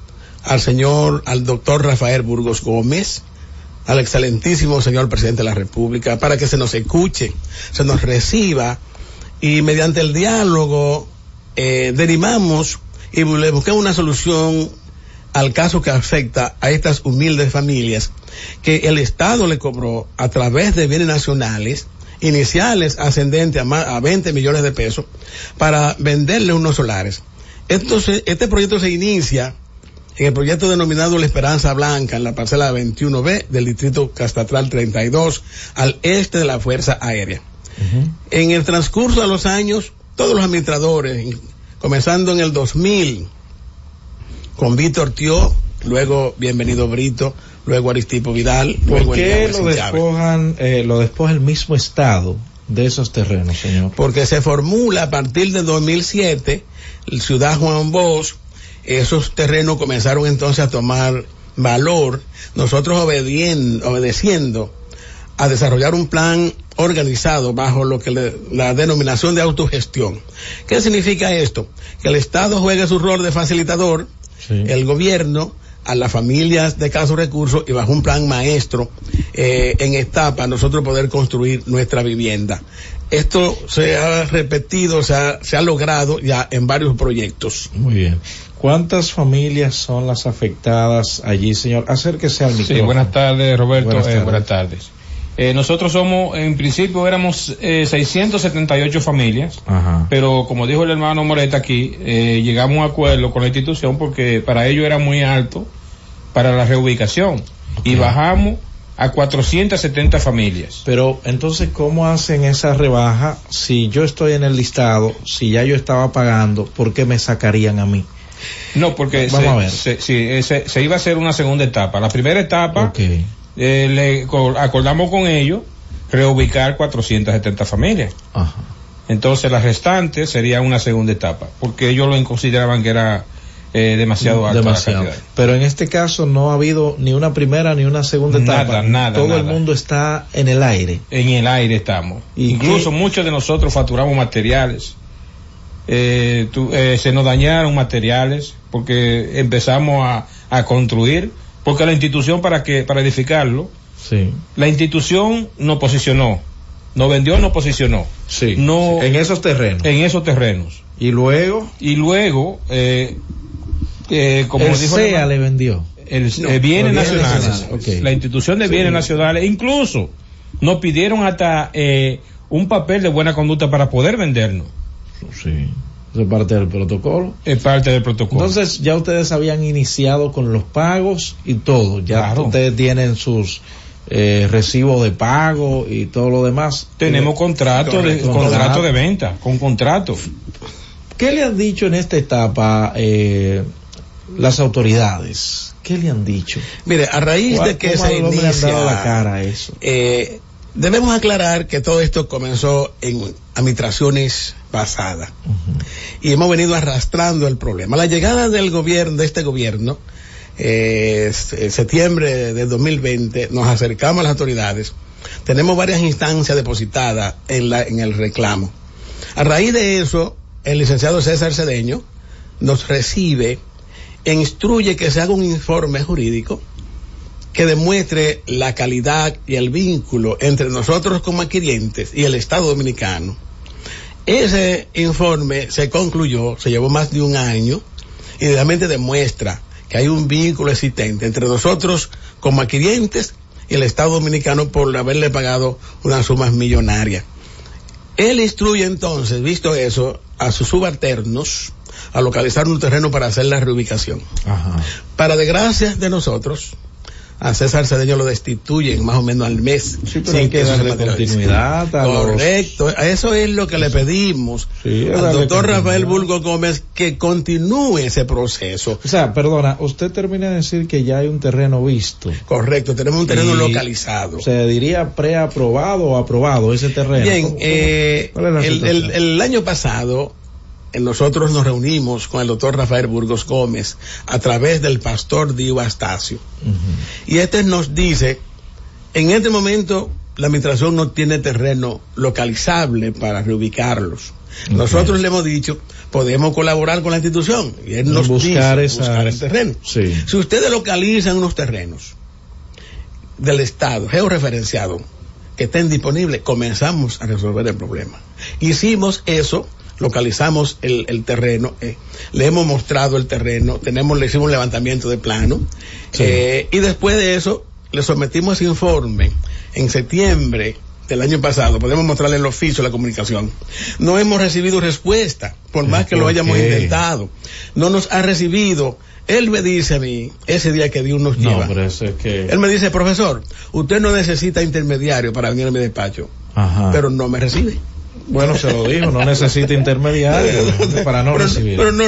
al doctor Rafael Burgos Gómez, al excelentísimo señor presidente de la República, para que se nos escuche, se nos reciba y mediante el diálogo derivamos y le busquemos una solución al caso que afecta a estas humildes familias que el Estado le cobró a través de bienes nacionales iniciales ascendentes a 20 millones de pesos para venderle unos solares. Entonces, este proyecto se inicia en el proyecto denominado La Esperanza Blanca, en la parcela 21B del distrito Castatral 32, al este de la Fuerza Aérea. En el transcurso de los años, todos los administradores, comenzando en el 2000, con Víctor Tió, luego Bienvenido Brito, luego Aristipo Vidal, luego ¿por qué lo despoja el mismo Estado de esos terrenos, señor? Porque se formula a partir de 2007, Ciudad Juan Bosch, esos terrenos comenzaron entonces a tomar valor, nosotros obedeciendo a desarrollar un plan organizado bajo lo que la denominación de autogestión. ¿Qué significa esto? Que el Estado juegue su rol de facilitador, sí, el gobierno a las familias de escasos recursos, y bajo un plan maestro en etapa nosotros poder construir nuestra vivienda. Esto se ha repetido, se ha logrado ya en varios proyectos. Muy bien. ¿Cuántas familias son las afectadas allí, señor? Acérquese al micrófono. Sí, buenas tardes, Roberto. Buenas tardes. Nosotros en principio éramos 678 familias, ajá, pero como dijo el hermano Moreta aquí, llegamos a un acuerdo con la institución porque para ello era muy alto para la reubicación, okay, y bajamos a 470 familias. Pero entonces, ¿cómo hacen esa rebaja si yo estoy en el listado, si ya yo estaba pagando, por qué me sacarían a mí? No, porque se iba a hacer una segunda etapa. La primera etapa, okay, le acordamos con ellos reubicar 470 familias. Ajá. Entonces las restantes sería una segunda etapa, porque ellos lo consideraban que era demasiado alta la cantidad. Pero en este caso no ha habido ni una primera ni una segunda etapa. Nada. Todo el mundo está en el aire. En el aire estamos. Incluso muchos de nosotros facturamos materiales. Se nos dañaron materiales porque empezamos a construir, porque la institución para como el dijo CEA le vendió bienes nacionales, okay, la institución de bienes nacionales, incluso nos pidieron hasta un papel de buena conducta para poder vendernos. Sí, es parte del protocolo. Es parte del protocolo. Entonces ya ustedes habían iniciado con los pagos y todo, ya claro, ustedes tienen sus recibos de pago y todo lo demás. Tenemos contrato de venta, con contrato. ¿Qué le han dicho en esta etapa las autoridades? ¿Qué le han dicho? Mire, a raíz de que se inicia la cara a eso? Debemos aclarar que todo esto comenzó en administraciones pasadas y hemos venido arrastrando el problema. La llegada del gobierno, de este gobierno, en septiembre de 2020, nos acercamos a las autoridades. Tenemos varias instancias depositadas en el reclamo. A raíz de eso, el licenciado César Cedeño nos recibe e instruye que se haga un informe jurídico que demuestre la calidad y el vínculo entre nosotros como adquirientes y el Estado Dominicano. Ese informe se concluyó, se llevó más de un año y realmente demuestra que hay un vínculo existente entre nosotros como adquirientes y el Estado Dominicano por haberle pagado unas sumas millonarias. Él instruye entonces, visto eso, a sus subalternos a localizar un terreno para hacer la reubicación. Para desgracia de nosotros, a César Cedeño lo destituyen más o menos al mes. Sí, pero hay que darle continuidad a correcto, eso es lo que le pedimos al doctor Rafael Burgos Gómez, que continúe ese proceso. O sea, perdona, usted termina de decir que ya hay un terreno visto. Correcto, tenemos un terreno localizado. ¿Se diría preaprobado o aprobado ese terreno? Bien, el año pasado nosotros nos reunimos con el doctor Rafael Burgos Gómez a través del pastor Dio Astacio. Y nos dice, en este momento la administración no tiene terreno localizable para reubicarlos. Nosotros le hemos dicho, podemos colaborar con la institución. Y él nos buscar el terreno. Sí. Si ustedes localizan unos terrenos del Estado, georreferenciados, que estén disponibles, comenzamos a resolver el problema. Hicimos eso. Localizamos el terreno, le hemos mostrado el terreno, le hicimos un levantamiento de plano, y después de eso le sometimos ese informe en septiembre del año pasado. Podemos mostrarle el oficio, la comunicación. No hemos recibido respuesta, por más que lo hayamos intentado. No nos ha recibido. Él me dice a mí, ese día que Dios nos lleva, pero eso es que... él me dice, profesor, usted no necesita intermediario para venir a mi despacho, pero no me recibe. Bueno, se lo dijo, no necesita intermediario para no recibir. Pero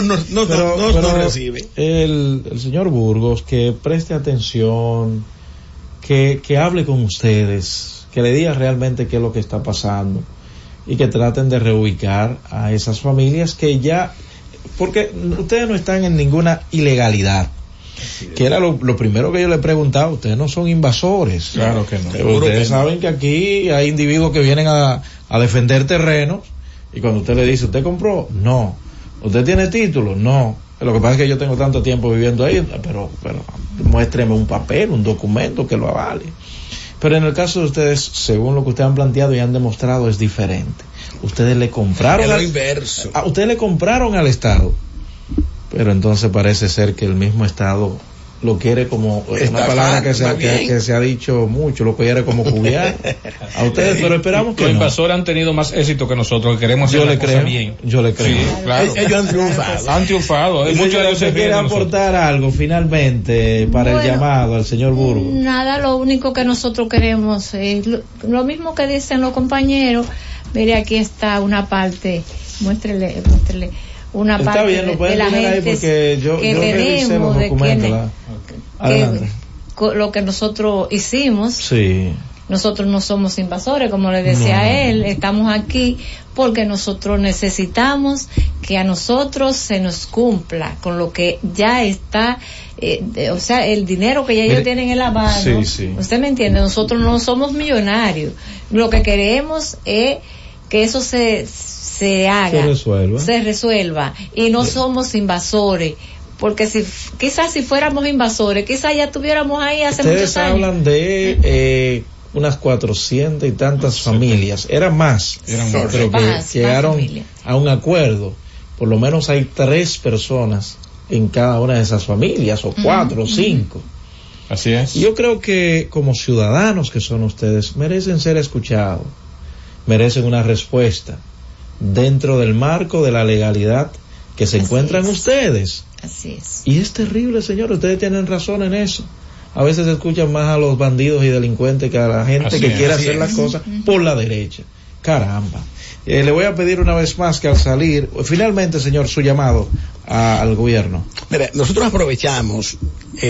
no recibe. El señor Burgos, que preste atención, que hable con ustedes, que le diga realmente qué es lo que está pasando y que traten de reubicar a esas familias que ya, porque ustedes no están en ninguna ilegalidad. Que era lo primero que yo le preguntaba, ustedes no son invasores. Claro que no. Ustedes saben que aquí hay individuos que vienen a defender terrenos y cuando usted le dice, ¿usted compró? No. ¿Usted tiene título? No. Lo que pasa es que yo tengo tanto tiempo viviendo ahí, pero muéstreme un papel, un documento que lo avale. Pero en el caso de ustedes, según lo que ustedes han planteado y han demostrado, es diferente. Ustedes le compraron ustedes le compraron al Estado. Pero entonces parece ser que el mismo Estado lo quiere como una palabra que se ha dicho mucho, lo quiere como cubiar a ustedes, pero esperamos que los invasores han tenido más éxito que nosotros, que queremos hacer las cosas bien. Yo le creo. Sí, claro. Ellos han triunfado. Muchos de ellos se quiere aportar algo finalmente para el llamado al señor Burgos. Nada, lo único que nosotros queremos es lo mismo que dicen los compañeros. Mire, aquí está una parte, muéstrele una está parte bien, de la gente porque yo tenemos de quienes lo que nosotros hicimos. Sí. Nosotros no somos invasores, como le decía él, estamos aquí porque nosotros necesitamos que a nosotros se nos cumpla con lo que ya está, o sea, el dinero que ya ellos tienen en la mano. Sí. Usted me entiende, nosotros no somos millonarios, lo que queremos es que eso se haga, se resuelva y no somos invasores, porque quizás si fuéramos invasores, quizás ya estuviéramos ahí hace muchos años. Ustedes hablan de unas 400 y tantas familias, eran más, pero que llegaron a un acuerdo. Por lo menos hay 3 personas en cada una de esas familias, o 4 o 5. Así es. Yo creo que como ciudadanos que son ustedes, merecen ser escuchados, merecen una respuesta dentro del marco de la legalidad que se encuentran ustedes. Así es. Y es terrible, señor, ustedes tienen razón en eso. A veces se escuchan más a los bandidos y delincuentes que a la gente que quiere hacer las cosas por la derecha. Caramba. Le voy a pedir una vez más que al salir, finalmente, señor, su llamado al gobierno. Mira, nosotros aprovechamos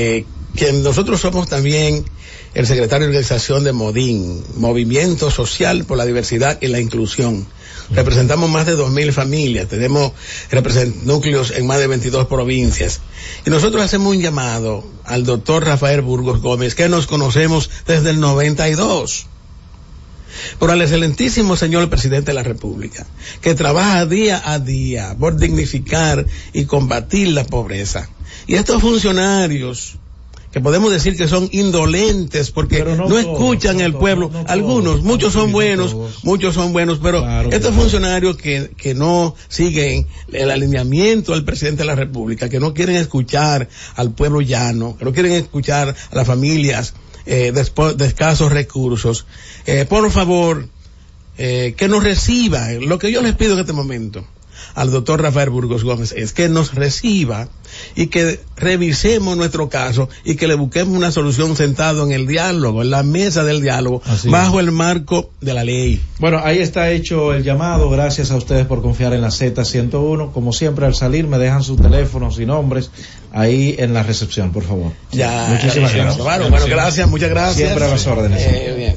que nosotros somos también el secretario de organización de MODIN, Movimiento Social por la Diversidad y la Inclusión. Representamos más de 2.000 familias, tenemos núcleos en más de 22 provincias. Y nosotros hacemos un llamado al doctor Rafael Burgos Gómez, que nos conocemos desde el 92. Por el excelentísimo señor presidente de la República, que trabaja día a día por dignificar y combatir la pobreza. Y estos funcionarios, que podemos decir que son indolentes porque no escuchan el pueblo, algunos, muchos son buenos, pero claro, estos funcionarios que no siguen el alineamiento del presidente de la República, que no quieren escuchar al pueblo llano, que no quieren escuchar a las familias de escasos recursos, por favor, que nos reciba. Lo que yo les pido en este momento al doctor Rafael Burgos Gómez es que nos reciba y que revisemos nuestro caso y que le busquemos una solución sentado en el diálogo, en la mesa del diálogo, bajo el marco de la ley. Bueno, ahí está hecho el llamado. Gracias a ustedes por confiar en la Z101. Como siempre, al salir me dejan sus teléfonos y nombres ahí en la recepción, por favor. Ya. Muchísimas gracias. Bueno, gracias, muchas gracias. Siempre a las órdenes. Bien.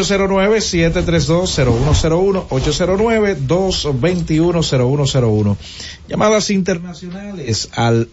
809-732-0101, 809-221-0101. Llamadas internacionales al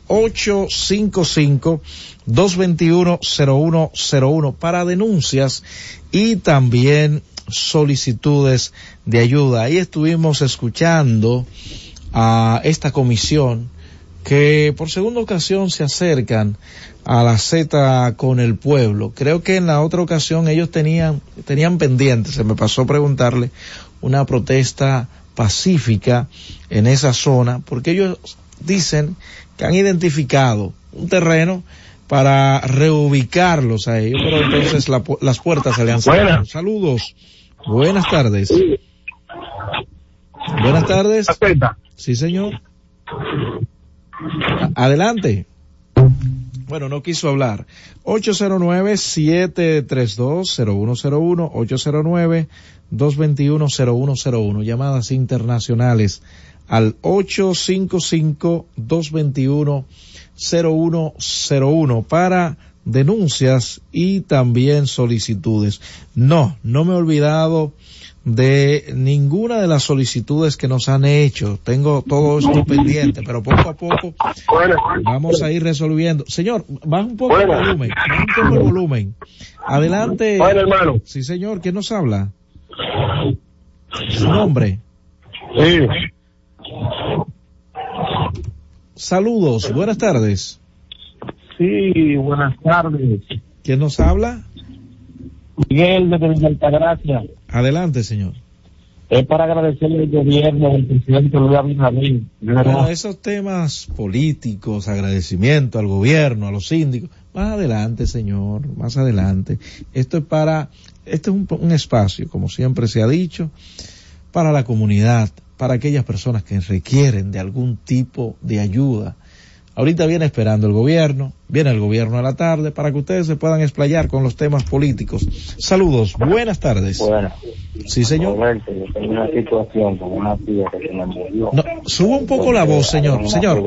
855-221-0101 para denuncias y también solicitudes de ayuda. Ahí estuvimos escuchando a esta comisión que por segunda ocasión se acercan a la Z con el pueblo. Creo que en la otra ocasión ellos tenían pendiente, se me pasó preguntarle, una protesta pacífica en esa zona, porque ellos dicen que han identificado un terreno para reubicarlos a ellos, pero entonces las puertas se le han cerrado. Saludos. Buenas tardes. Buenas tardes. Sí, señor. Adelante. Bueno, no quiso hablar. 809-732-0101, 809-221-0101. Llamadas internacionales al 855-221-0101 para denuncias y también solicitudes. No me he olvidado de ninguna de las solicitudes que nos han hecho. Tengo todo esto pendiente, pero poco a poco vamos a ir resolviendo. Señor, baja un poco el volumen. Adelante. Bueno, hermano. Sí, señor. ¿Quién nos habla? ¿Su nombre? Sí. Saludos. Buenas tardes. Sí, buenas tardes. ¿Quién nos habla? Miguel de Villa Altagracia. Adelante, señor. Es para agradecerle al gobierno del presidente Luis Abinader. Bueno, esos temas políticos, agradecimiento al gobierno, a los síndicos, más adelante, señor, más adelante. Este es un espacio, como siempre se ha dicho, para la comunidad, para aquellas personas que requieren de algún tipo de ayuda. Ahorita viene el gobierno a la tarde para que ustedes se puedan explayar con los temas políticos. Saludos, buenas tardes. Bueno. Sí, señor. Roberto, yo tengo una situación con una tía que se me murió. No, suba un poco la voz, señor. Señor.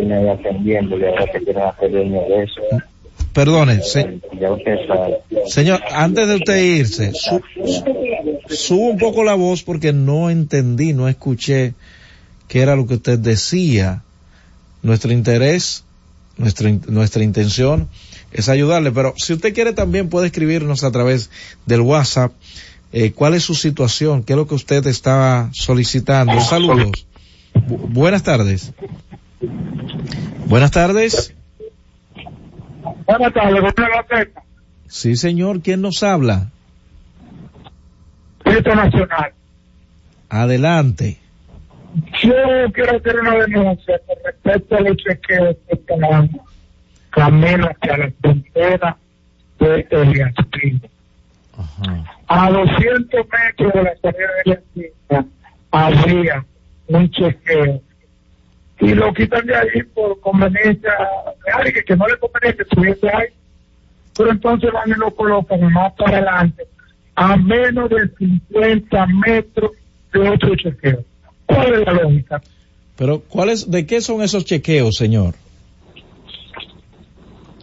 Perdone, señor, antes de usted irse, suba un poco la voz porque no entendí, no escuché qué era lo que usted decía. Nuestro interés, nuestra intención es ayudarle, pero si usted quiere también puede escribirnos a través del WhatsApp, cuál es su situación, qué es lo que usted estaba solicitando. Saludos. Buenas tardes. Buenas tardes. Buenas tardes, Sí, señor, ¿quién nos habla? Distrito Nacional. Adelante. Yo quiero hacer una denuncia con respecto a los chequeos que están camino hacia la frontera de Elías Piña. A 200 metros de la salida de Elías Piña había un chequeo y lo quitan de ahí por conveniencia de alguien que no le conviene que estuviese ahí, pero entonces van y lo colocan más para adelante a menos de 50 metros de otro chequeo. ¿Cuál es la lógica? Pero, ¿de qué son esos chequeos, señor?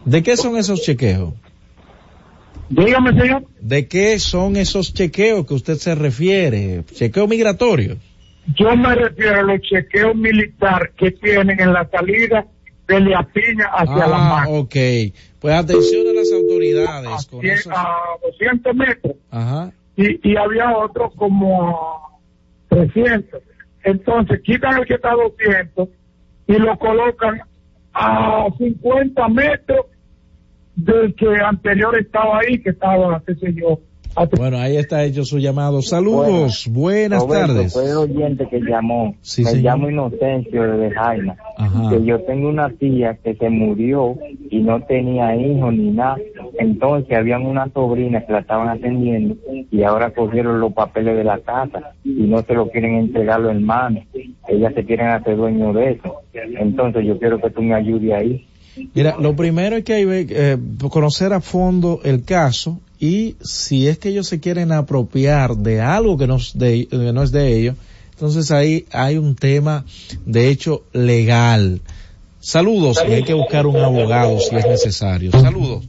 ¿De qué son esos chequeos? Dígame, señor. ¿De qué son esos chequeos que usted se refiere? ¿Chequeos migratorios? Yo me refiero a los chequeos militares que tienen en la salida de La Piña hacia La Mar. Ok. Pues atención a las autoridades. A 200 metros. Ajá. Y había otro como 300. Entonces quitan el que está a 200 y lo colocan a 50 metros del que anterior estaba ahí, que estaba, qué sé yo. Bueno, ahí está hecho su llamado. Saludos, buenas tardes. Fue el oyente que llamó. Sí, me señor. llamo Inocencio de Jaina. Ajá. Que yo tengo una tía que se murió y no tenía hijos ni nada. Entonces habían una sobrina que la estaban atendiendo y ahora cogieron los papeles de la casa y no se lo quieren entregar los hermanos. Ellas se quieren hacer dueño de eso. Entonces yo quiero que tú me ayudes ahí. Mira, lo primero es que hay conocer a fondo el caso y si es que ellos se quieren apropiar de algo que no es de ellos, entonces ahí hay un tema de hecho legal. Saludos, y hay que buscar un abogado si es necesario. Saludos.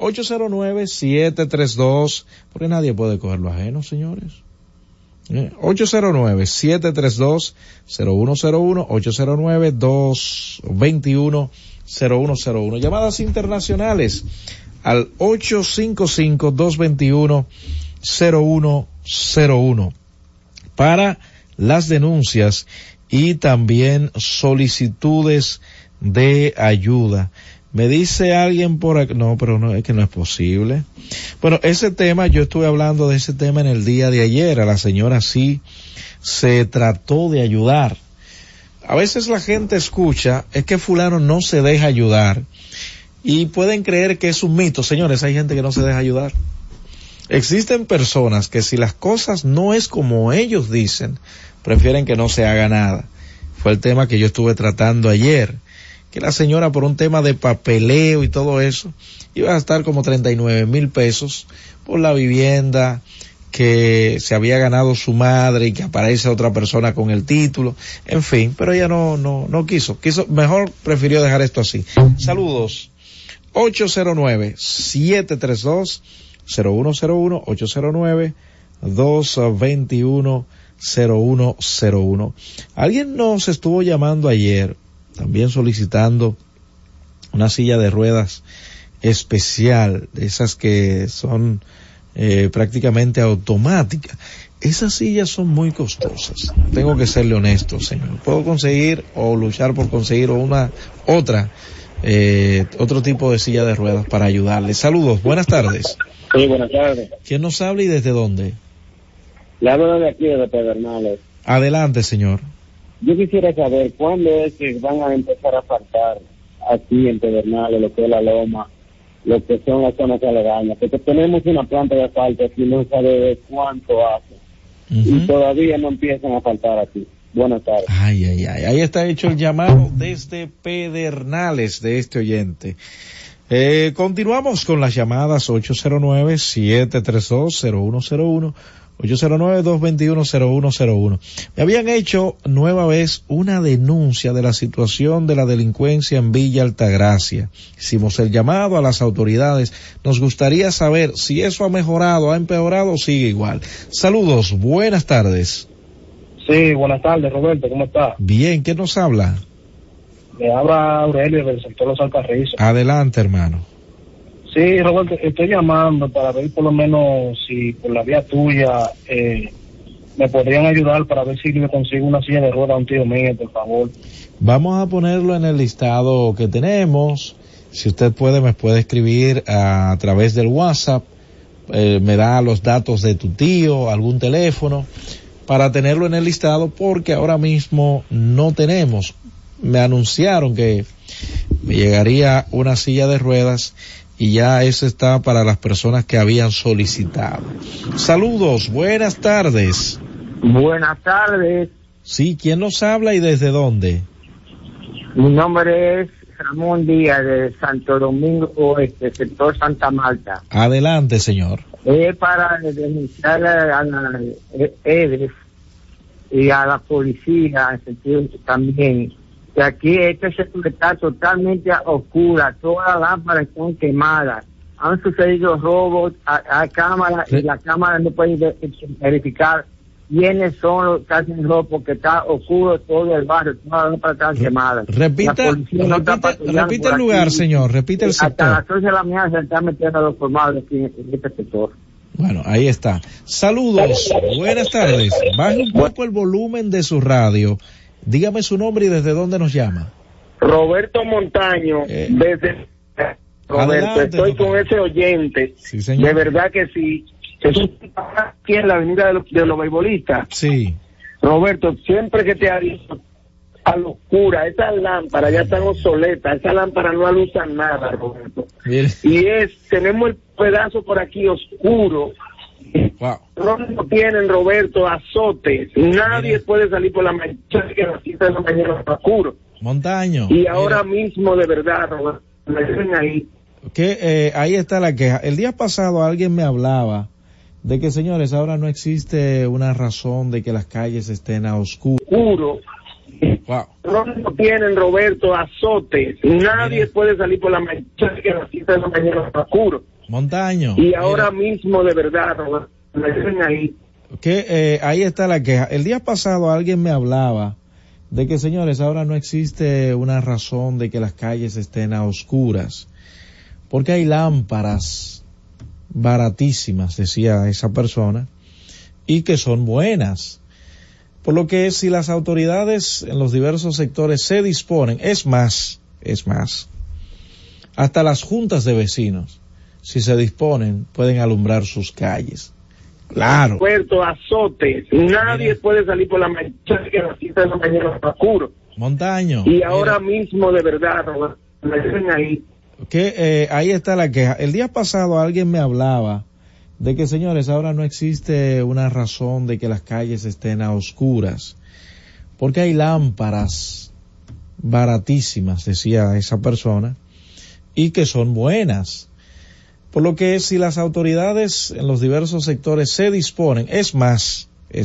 809-732, porque nadie puede cogerlo ajeno, señores. 809-732-0101, 809-221-0101. Llamadas internacionales al 855-221-0101 para las denuncias y también solicitudes de ayuda. Me dice alguien por aquí, no, pero no, es que no es posible. Bueno, ese tema, yo estuve hablando de ese tema en el día de ayer, a la señora sí se trató de ayudar. A veces la gente escucha, es que fulano no se deja ayudar, y pueden creer que es un mito. Señores, hay gente que no se deja ayudar. Existen personas que si las cosas no es como ellos dicen, prefieren que no se haga nada. Fue el tema que yo estuve tratando ayer, que la señora por un tema de papeleo y todo eso, iba a gastar como 39,000 pesos por la vivienda que se había ganado su madre y que aparece otra persona con el título, en fin, pero ella no quiso, mejor prefirió dejar esto así. Saludos. 809-732-0101, 809-221-0101. Alguien nos estuvo llamando ayer, también solicitando una silla de ruedas especial, de esas que son prácticamente automáticas. Esas sillas son muy costosas. Tengo que serle honesto, señor. Puedo conseguir o luchar por conseguir otro tipo de silla de ruedas para ayudarle. Saludos, buenas tardes. Sí, buenas tardes. ¿Quién nos habla y desde dónde? Le hablo de aquí, de Pedernales. Adelante, señor. Yo quisiera saber cuándo es que van a empezar a faltar aquí en Pedernales, lo que es la Loma, lo que son las zonas aledañas, porque tenemos una planta de asfalto aquí, no sabe cuánto hace, y todavía no empiezan a faltar aquí. Buenas tardes. Ahí está hecho el llamado desde Pedernales de este oyente. Continuamos con las llamadas 809-732-0101, 809-221-0101. Me habían hecho nueva vez una denuncia de la situación de la delincuencia en Villa Altagracia. Hicimos el llamado a las autoridades. Nos gustaría saber si eso ha mejorado, ha empeorado o sigue igual. Saludos, buenas tardes. Sí, buenas tardes, Roberto, ¿cómo está? Bien, ¿quién nos habla? Me habla Aurelio del sector Los Alcarrizos. Adelante, hermano. Sí, Roberto, estoy llamando para ver por lo menos si por la vía tuya me podrían ayudar para ver si me consigo una silla de ruedas a un tío mío, por favor. Vamos a ponerlo en el listado que tenemos. Si usted puede, me puede escribir a través del WhatsApp, me da los datos de tu tío, algún teléfono, para tenerlo en el listado, porque ahora mismo no tenemos. Me anunciaron que me llegaría una silla de ruedas y ya eso está para las personas que habían solicitado. Saludos, buenas tardes. Buenas tardes. Sí, ¿quién nos habla y desde dónde? Mi nombre es Ramón Díaz de Santo Domingo Oeste, sector Santa Marta. Adelante, señor. Es para denunciar a la EDES y a la policía, en sentido también, que aquí este sector está totalmente oscura, todas las lámparas están quemadas. Han sucedido robos a cámaras y las cámaras no pueden verificar quiénes son los que hacen robo porque está oscuro todo el barrio, todas las lámparas están quemadas. Repita el lugar, aquí, señor, repite el sector. Hasta las 11 de la mañana se están metiendo a los formados aquí en este sector. Bueno, ahí está. Saludos, buenas tardes. Baje un poco el volumen de su radio. Dígame su nombre y desde dónde nos llama. Roberto Montaño, desde Roberto, adelante, estoy con ese oyente. Sí, señor. De verdad que sí. Aquí en la avenida de los beisbolistas. Sí. Roberto, siempre que te aviso a la oscura, esas lámparas ya están obsoletas, esas lámparas no alusan nada, Roberto. Bien. Y tenemos el pedazo por aquí oscuro. Wow. No tienen, Roberto, azotes. Nadie puede salir por la mañana, que a las 7 de la mañana está oscuro. Montaño. Y ahora mismo, de verdad, Roberto, me dicen ahí. Que ahí está la queja. El día pasado alguien me hablaba de que, señores, ahora no existe una razón de que las calles estén a oscuro. Wow. No tienen, Roberto, azotes. Nadie puede salir por la mañana, que a las 7 de la mañana está oscuro. Montaño. Y ahora mismo, de verdad, Roberto, me dicen ahí. Que ahí está la queja. El día pasado alguien me hablaba de que, señores, ahora no existe una razón de que las calles estén a oscuras, porque hay lámparas baratísimas, decía esa persona, y que son buenas. Por lo que si las autoridades en los diversos sectores se disponen, es más, hasta las juntas de vecinos, si se disponen, pueden alumbrar sus calles. Claro. Puerto, azotes. Nadie puede salir por la mañana, que a las 7 de la mañana está oscuro. Montaño. Y ahora mismo, de verdad, Roberto, me dicen ahí. Que ahí está la queja. El día pasado alguien me hablaba de que, señores, ahora no existe una razón de que las calles estén a oscuras, porque hay lámparas baratísimas, decía esa persona, y que son buenas. Por lo que si las autoridades en los diversos sectores se disponen, es más,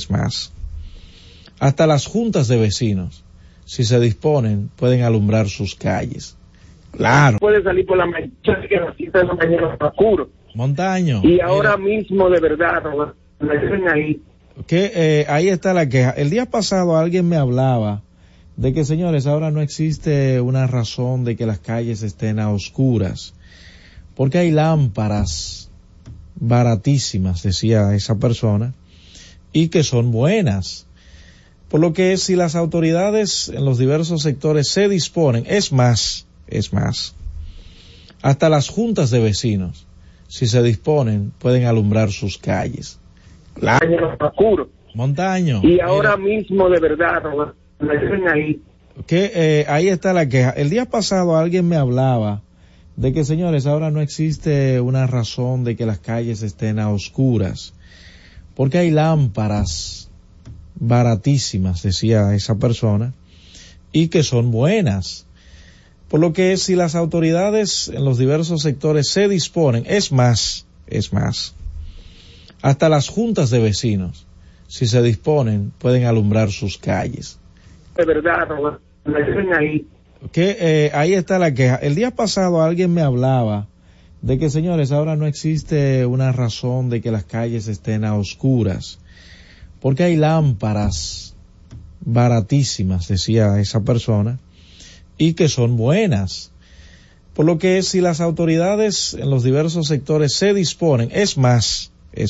hasta las juntas de vecinos, si se disponen, pueden alumbrar sus calles. Claro. Puede salir por la mañana, que a las 7 de la mañana está oscuro. Montaño. Y ahora mismo, de verdad, Roberto, me dicen ahí. Que ahí está la queja. El día pasado alguien me hablaba de que, señores, ahora no existe una razón de que las calles estén a oscuras, porque hay lámparas baratísimas, decía esa persona, y que son buenas. Por lo que si las autoridades en los diversos sectores se disponen, es más, hasta las juntas de vecinos, si se disponen, pueden alumbrar sus calles. Claro. Oscuro. Montaño. Y ahora mismo, de verdad, Roberto, me dicen ahí. Que ahí está la queja. El día pasado alguien me hablaba de que, señores, ahora no existe una razón de que las calles estén a oscuras, porque hay lámparas baratísimas, decía esa persona, y que son buenas. Por lo que si las autoridades en los diversos sectores se disponen, es más, hasta las juntas de vecinos, si se disponen, pueden alumbrar sus calles. De verdad, Roberto, me dicen ahí. Que ahí está la queja. El día pasado alguien me hablaba de que, señores, ahora no existe una razón de que las calles estén a oscuras, porque hay lámparas baratísimas, decía esa persona, y que son buenas. Por lo que si las autoridades en los diversos sectores se disponen, es más,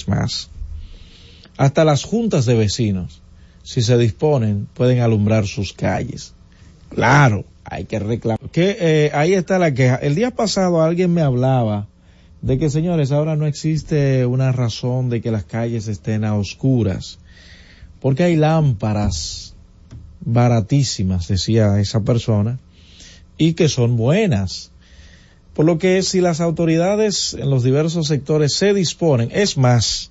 hasta las juntas de vecinos, si se disponen, pueden alumbrar sus calles. Claro. Hay que reclamar. Que ahí está la queja. El día pasado alguien me hablaba de que, señores, ahora no existe una razón de que las calles estén a oscuras, porque hay lámparas baratísimas, decía esa persona, y que son buenas. Por lo que si las autoridades en los diversos sectores se disponen, es más,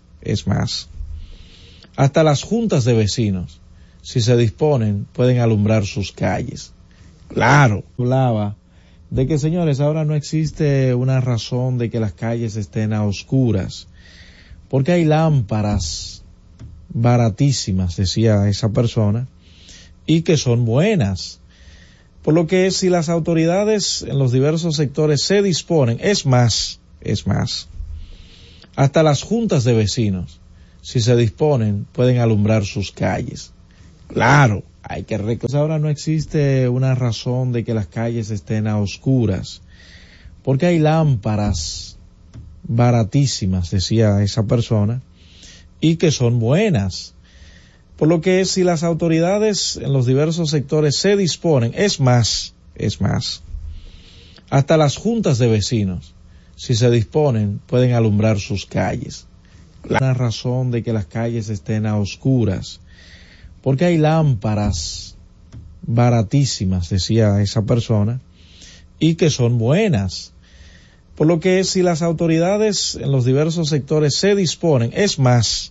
hasta las juntas de vecinos, si se disponen, pueden alumbrar sus calles. Claro. Hablaba de que, señores, ahora no existe una razón de que las calles estén a oscuras, porque hay lámparas baratísimas, decía esa persona, y que son buenas. Por lo que si las autoridades en los diversos sectores se disponen, es más, hasta las juntas de vecinos, si se disponen, pueden alumbrar sus calles. Claro, hay que recordar, ahora no existe una razón de que las calles estén a oscuras, porque hay lámparas baratísimas, decía esa persona, y que son buenas. Por lo que si las autoridades en los diversos sectores se disponen, es más, hasta las juntas de vecinos, si se disponen, pueden alumbrar sus calles. Una razón de que las calles estén a oscuras, porque hay lámparas baratísimas, decía esa persona, y que son buenas. Por lo que si las autoridades en los diversos sectores se disponen, es más,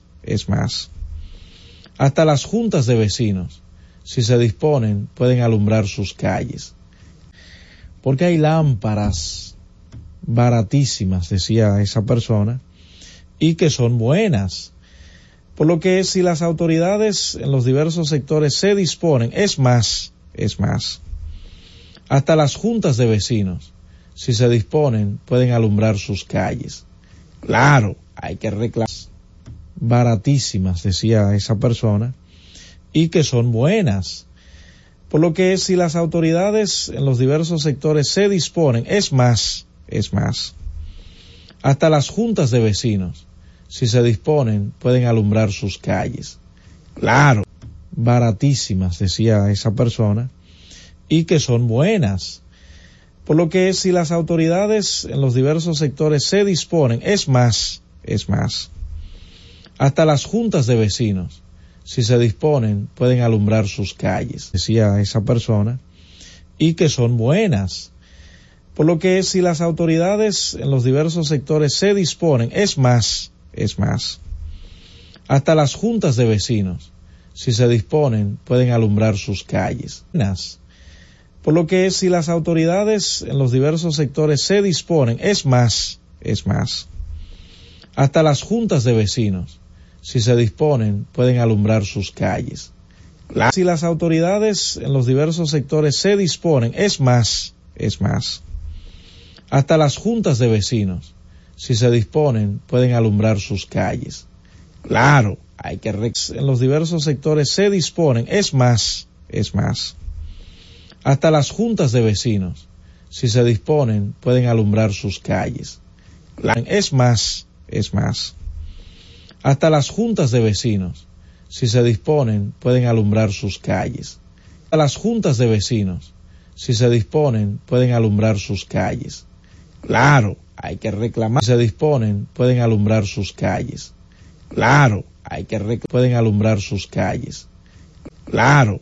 hasta las juntas de vecinos, si se disponen, pueden alumbrar sus calles. Porque hay lámparas baratísimas, decía esa persona, y que son buenas. Por lo que si las autoridades en los diversos sectores se disponen, es más, hasta las juntas de vecinos, si se disponen, pueden alumbrar sus calles. Claro, hay que reclamar baratísimas, decía esa persona, y que son buenas. Por lo que si las autoridades en los diversos sectores se disponen, es más, hasta las juntas de vecinos, si se disponen, pueden alumbrar sus calles. Claro, baratísimas, decía esa persona, y que son buenas. Por lo que si las autoridades en los diversos sectores se disponen, es más, hasta las juntas de vecinos, si se disponen, pueden alumbrar sus calles, decía esa persona, y que son buenas. Por lo que si las autoridades en los diversos sectores se disponen, es más, hasta las juntas de vecinos, si se disponen, pueden alumbrar sus calles. Por lo que si las autoridades en los diversos sectores se disponen, es más, hasta las juntas de vecinos, si se disponen, pueden alumbrar sus calles. Si las autoridades en los diversos sectores se disponen, es más, hasta las juntas de vecinos, si se disponen, pueden alumbrar sus calles. Claro, hay que en los diversos sectores se disponen, es más, hasta las juntas de vecinos, si se disponen, pueden alumbrar sus calles. Es más, hasta las juntas de vecinos, si se disponen, pueden alumbrar sus calles. A las juntas de vecinos, si se disponen, pueden alumbrar sus calles. Claro, hay que reclamar. Si se disponen, pueden alumbrar sus calles. Claro, hay que pueden alumbrar sus calles. Claro,